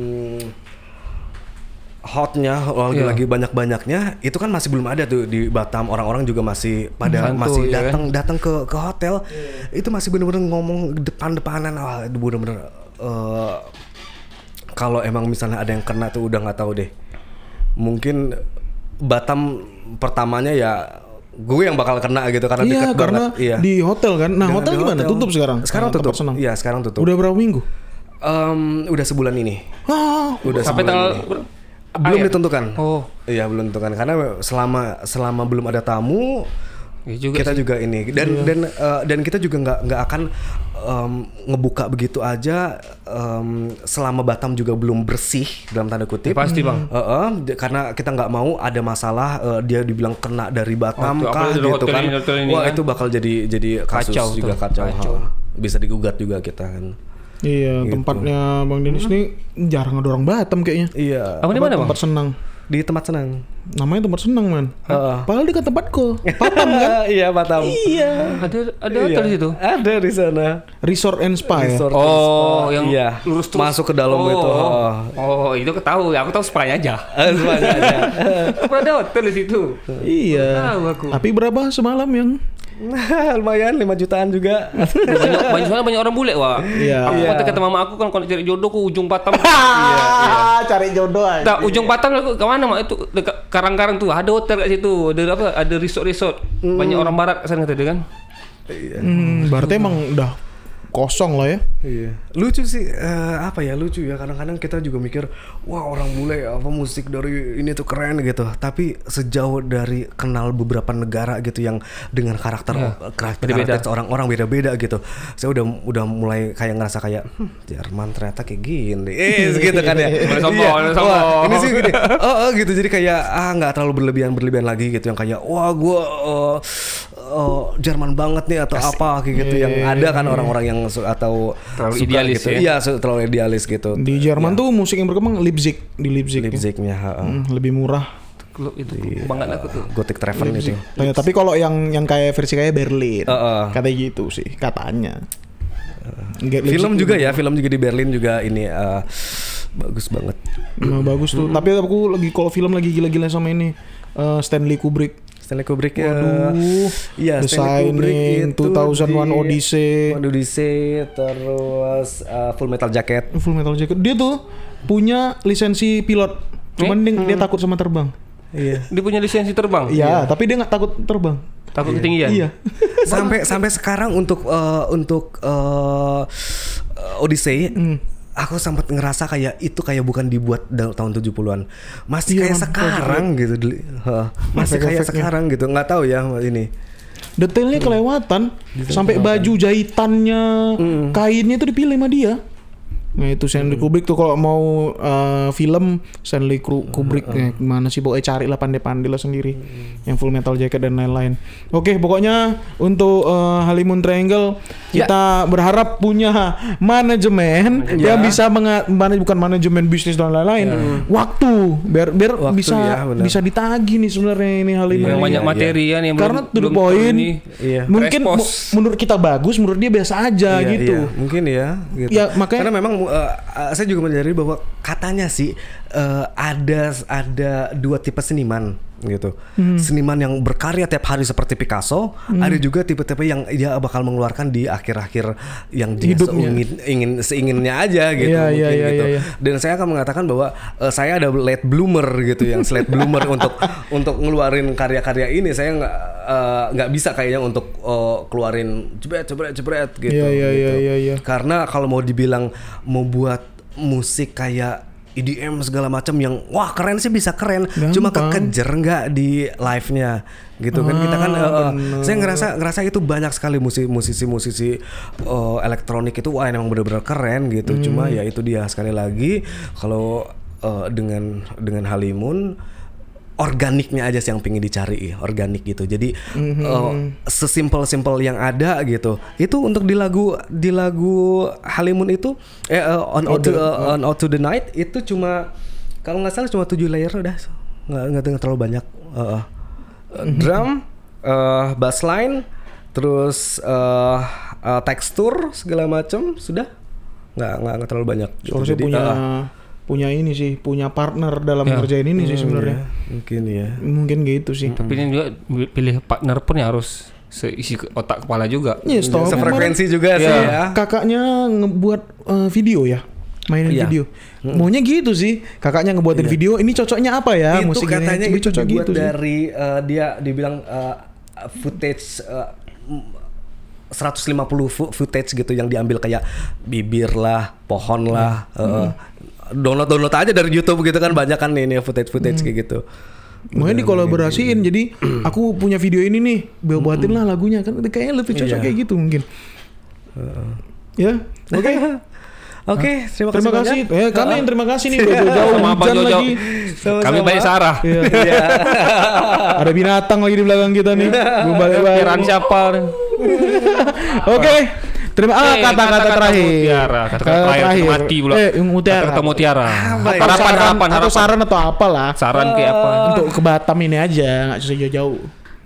hotnya lagi Iya. lagi banyak-banyaknya itu kan masih belum ada tuh di Batam, orang-orang juga masih pada Santuy, masih ya datang datang ke ke hotel. Itu masih bener-bener ngomong depan-depanan, wah itu bener-bener eh, kalau emang misalnya ada yang kena tuh udah nggak tahu deh. Mungkin Batam pertamanya ya gue yang bakal kena gitu karena Iya, dekat karena banget. Iya. di hotel kan. Nah, Dengan hotel di gimana? hotel. Tutup sekarang. Sekarang Nah, tempat tutup. senang. Iya, sekarang tutup. Udah berapa minggu? Em, udah sebulan ini. Ah, Udah Sampai sebulan tanggal ini. ber- belum akhir? ditentukan. Oh, Iya, belum ditentukan karena selama selama belum ada tamu ya juga kita sih. juga ini dan dan eh, dan kita juga nggak nggak akan em, ngebuka begitu aja em, selama Batam juga belum bersih dalam tanda kutip. Ya, pasti, Bang. Eh, eh, d- karena kita nggak mau ada masalah eh, dia dibilang kena dari Batam Oh, tuh, kah apalagi dari gitu hotel kan. ini, hotel ini Wah, kan. itu bakal jadi jadi kasus Kacau juga tuh, kacau. kacau. Ha. Bisa digugat juga kita kan. iya, Gitu. tempatnya Bang Denis ini jarang ada orang Batam kayaknya. Iya. Kamu di mana, Bang? Tempat senang. Di tempat senang. Namanya tempat senang, man. Heeh. Padahal dekat tempatku. Batam kan? Iya, Batam. Iya. Ada ada hotel di situ. Ada di sana. Resort and Spa ya. Resort Oh, and yang spa. Iya. lurus terus. Masuk ke dalam oh, itu. Oh, oh itu ketahui. Aku tahu spanya aja. Eh, semuanya aja. Aku pernah ada hotel di situ. Iya. Tahu aku. Tapi berapa semalam yang? Lumayan lima jutaan juga. banyak banyak soalnya banyak orang bule, Wak. Iya. Aku Iya. kata kata mama aku kan kalau cari jodoh ke ujung Batam. Ah, cari jodoh aja. Tak, ujung Batam aku ke mana, Mak? Itu dekat Karang-Karang tuh. Ada hotel kat situ. Ada apa? Ada resort-resort. Banyak orang barat ke sana tadi kan. Hmm, berarti emang udah kosong lah ya. Iya. Lucu sih eh, apa ya lucu ya kadang-kadang kita juga mikir wah orang bule apa musik dari ini tuh keren gitu. Tapi sejauh dari kenal beberapa negara gitu yang dengan karakter Ya, karakter, beda-beda. karakter orang-orang beda-beda gitu. Saya udah udah mulai kayak ngerasa kayak hm, Jerman ternyata kayak gini. Eh gitu kan ya. Boleh sombong, Iya. boleh sombong. Wah, ini sih gini. Oh, oh gitu jadi kayak ah nggak terlalu berlebihan-berlebihan lagi gitu yang kayak wah gua eh, eh, Jerman banget nih atau apa kayak gitu yang ada kan orang-orang yang su- atau Terlalu suka idealis gitu. ya? Iya, su- terlalu idealis gitu. Di Jerman tuh musik yang berkembang Leipzig, di Leipzig. ya. Leipzignya, heeh. Hmm, lebih murah. Klub itu banget aku tuh. Gothic Treven itu. Nah, tapi kalau yang yang kayak versi kayak Berlin, Heeh. katanya gitu sih katanya. Nggak, Film Leipzig juga ya, film juga di Berlin juga ini eh, bagus banget. Nah, bagus tuh. Tapi aku lagi kalau film lagi gila-gila sama ini eh, Stanley Kubrick. Stanley Kubrick ya. Waduh. Iya, The Stanley Kubrick Shining, itu two thousand one di- Odyssey. Odyssey terus eh, Full Metal Jacket. Full Metal Jacket. Dia tuh punya lisensi pilot. Cuman dia, dia takut sama terbang. Iya. Dia punya lisensi terbang. Iya, tapi dia nggak takut terbang. Takut ketinggian. Iya. sampai sampai sekarang untuk eh, untuk eh, Odyssey Hmm. aku sempat ngerasa kayak itu kayak bukan dibuat da- tahun tujuh puluhan. Masih Iya, kayak man, sekarang gitu. Deli- huh, masih kayak Efek-efeknya. sekarang gitu. Nggak tahu ya ini. Detailnya kelewatan, sampai baju jahitannya, kainnya itu dipilih sama dia. Nah itu Stanley Kubrick tuh kalau mau uh, film Stanley Kru- Kubrick uh, uh. mana sih pokoknya carilah pandai-pandai lah sendiri uh. yang Full Metal Jacket dan lain-lain. Oke pokoknya untuk uh, Honeymoon Triangle ya. kita berharap punya manajemen ya. yang bisa menga- mana bukan manajemen bisnis dan lain-lain, ya. waktu biar biar Waktu, bisa ya, bisa ditagih nih sebenarnya ini Honeymoon. Yang ini. banyak materi ya, yang Karena belum, to the belum point, ini. Iya. mungkin Respos. mu- menurut kita bagus, menurut dia biasa aja Iya, gitu. iya, mungkin ya gitu. Ya, makanya- karena memang uh, saya juga menyadari bahwa katanya sih uh, ada ada dua tipe seniman gitu. Hmm. Seniman yang berkarya tiap hari seperti Picasso, hmm. ada juga tipe-tipe yang dia bakal mengeluarkan di akhir-akhir yang dia Hidupnya. seingin, ingin seinginnya aja gitu Iya, mungkin iya, iya, gitu. iya, iya. Dan saya akan mengatakan bahwa uh, saya ada late bloomer gitu, yang late bloomer untuk untuk ngeluarin karya-karya ini. Saya nggak uh, nggak bisa kayaknya untuk uh, keluarin jebret jebret jebret gitu. Iya, iya, gitu. iya, iya, iya. Karena kalau mau dibilang mau buat musik kayak E D M segala macam yang wah keren sih bisa keren, Gampang. cuma kekejar nggak di live-nya gitu kan. Kita kan uh, uh, saya ngerasa ngerasa itu banyak sekali musisi musisi musisi uh, elektronik itu wah emang benar-benar keren gitu. Hmm. Cuma ya itu dia sekali lagi kalau uh, dengan dengan Honeymoon organiknya aja sih yang pengen dicari, organik gitu. Jadi mm-hmm. uh, sesimpel-simpel yang ada gitu. Itu untuk di lagu di lagu Honeymoon itu eh, uh, on out to uh, on out to the night itu cuma kalau nggak salah cuma tujuh layer udah, nggak nggak terlalu banyak. Uh, uh, mm-hmm. Drum, uh, bass line, terus uh, uh, tekstur segala macam sudah nggak nggak nggak terlalu banyak. Gitu. Seharusnya Jadi, punya uh, punya ini sih, punya partner dalam Ya. ngerjain ini sih sebenarnya. Iya, mungkin ya. Mungkin gitu sih. Tapi ini juga pilih partner pun ya harus seisi ke- otak kepala juga. Iya, setahu aku Sefrekuensi kemarin juga sih Iya. ya. kakaknya ngebuat uh, video ya, mainin Iya. video. Maunya gitu sih, kakaknya ngebuatin video. Ini cocoknya apa ya? Itu Musiknya katanya Ini itu cocok dibuat gitu sih. dari uh, dia dibilang uh, footage uh, seratus lima puluh fu- footage gitu yang diambil kayak bibir lah, pohon lah. Uh, download download aja dari YouTube gitu kan, banyak kan ini footage footage kayak gitu. Maunya dikolaborasiin. Jadi aku punya video ini nih, buatin lah lagunya kan. Kayaknya lebih cocok Iya. kayak gitu mungkin. Ya, oke. Oke, terima kasih. Terima kasih. banyak. Eh, kami yang terima kasih nih udah jauh Sama Abang hujan Jojo. lagi. Sama-sama. Kami balik Sarah. Iya. Iya. Ada binatang lagi di belakang kita nih. Gue balik-balik. Pikiran siapa? Oke. Terima ah Eh, kata-kata kata-kata terakhir. mutiara, kata-kata terakhir, mati pula. Eh, yang mutiara. Kata-kata mutiara. Apa ya? Atau Harapan, saran, harapan, atau harapan. saran atau apalah. Saran kayak apa? Untuk ke Batam ini aja, nggak usah jauh-jauh.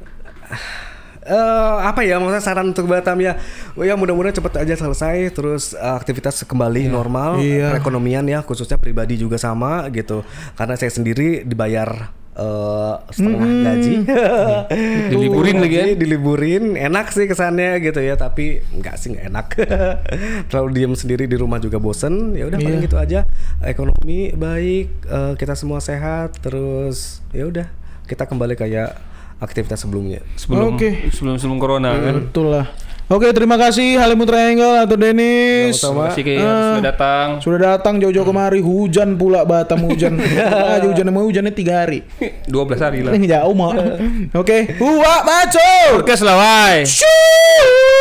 Eh, apa ya maksudnya saran untuk Batam ya, oh ya mudah-mudahan cepat aja selesai, terus uh, aktivitas kembali normal, Iya. perekonomian ya khususnya pribadi juga sama gitu, karena saya sendiri dibayar uh, setengah gaji, Diliburin lagi ya? diliburin, enak sih kesannya gitu ya, tapi nggak sih nggak enak, terlalu diem sendiri di rumah juga bosen, ya udah paling Iya. gitu aja, ekonomi baik, uh, kita semua sehat, terus ya udah kita kembali kayak aktivitas sebelumnya. Sebelum Oke. sebelum sebelum corona kan. Betul lah. Oke, terima kasih Honeymoon Triangle atau Dennis. Terima kasih kayak Ah. sudah datang. Sudah datang jauh-jauh kemari, hujan pula Batam hujan. Ah, hujan mau hujannya tiga hari. dua belas hari lah. Ini jauh mah. Oke, huwa maco. Podcast lah, wai. Shoo!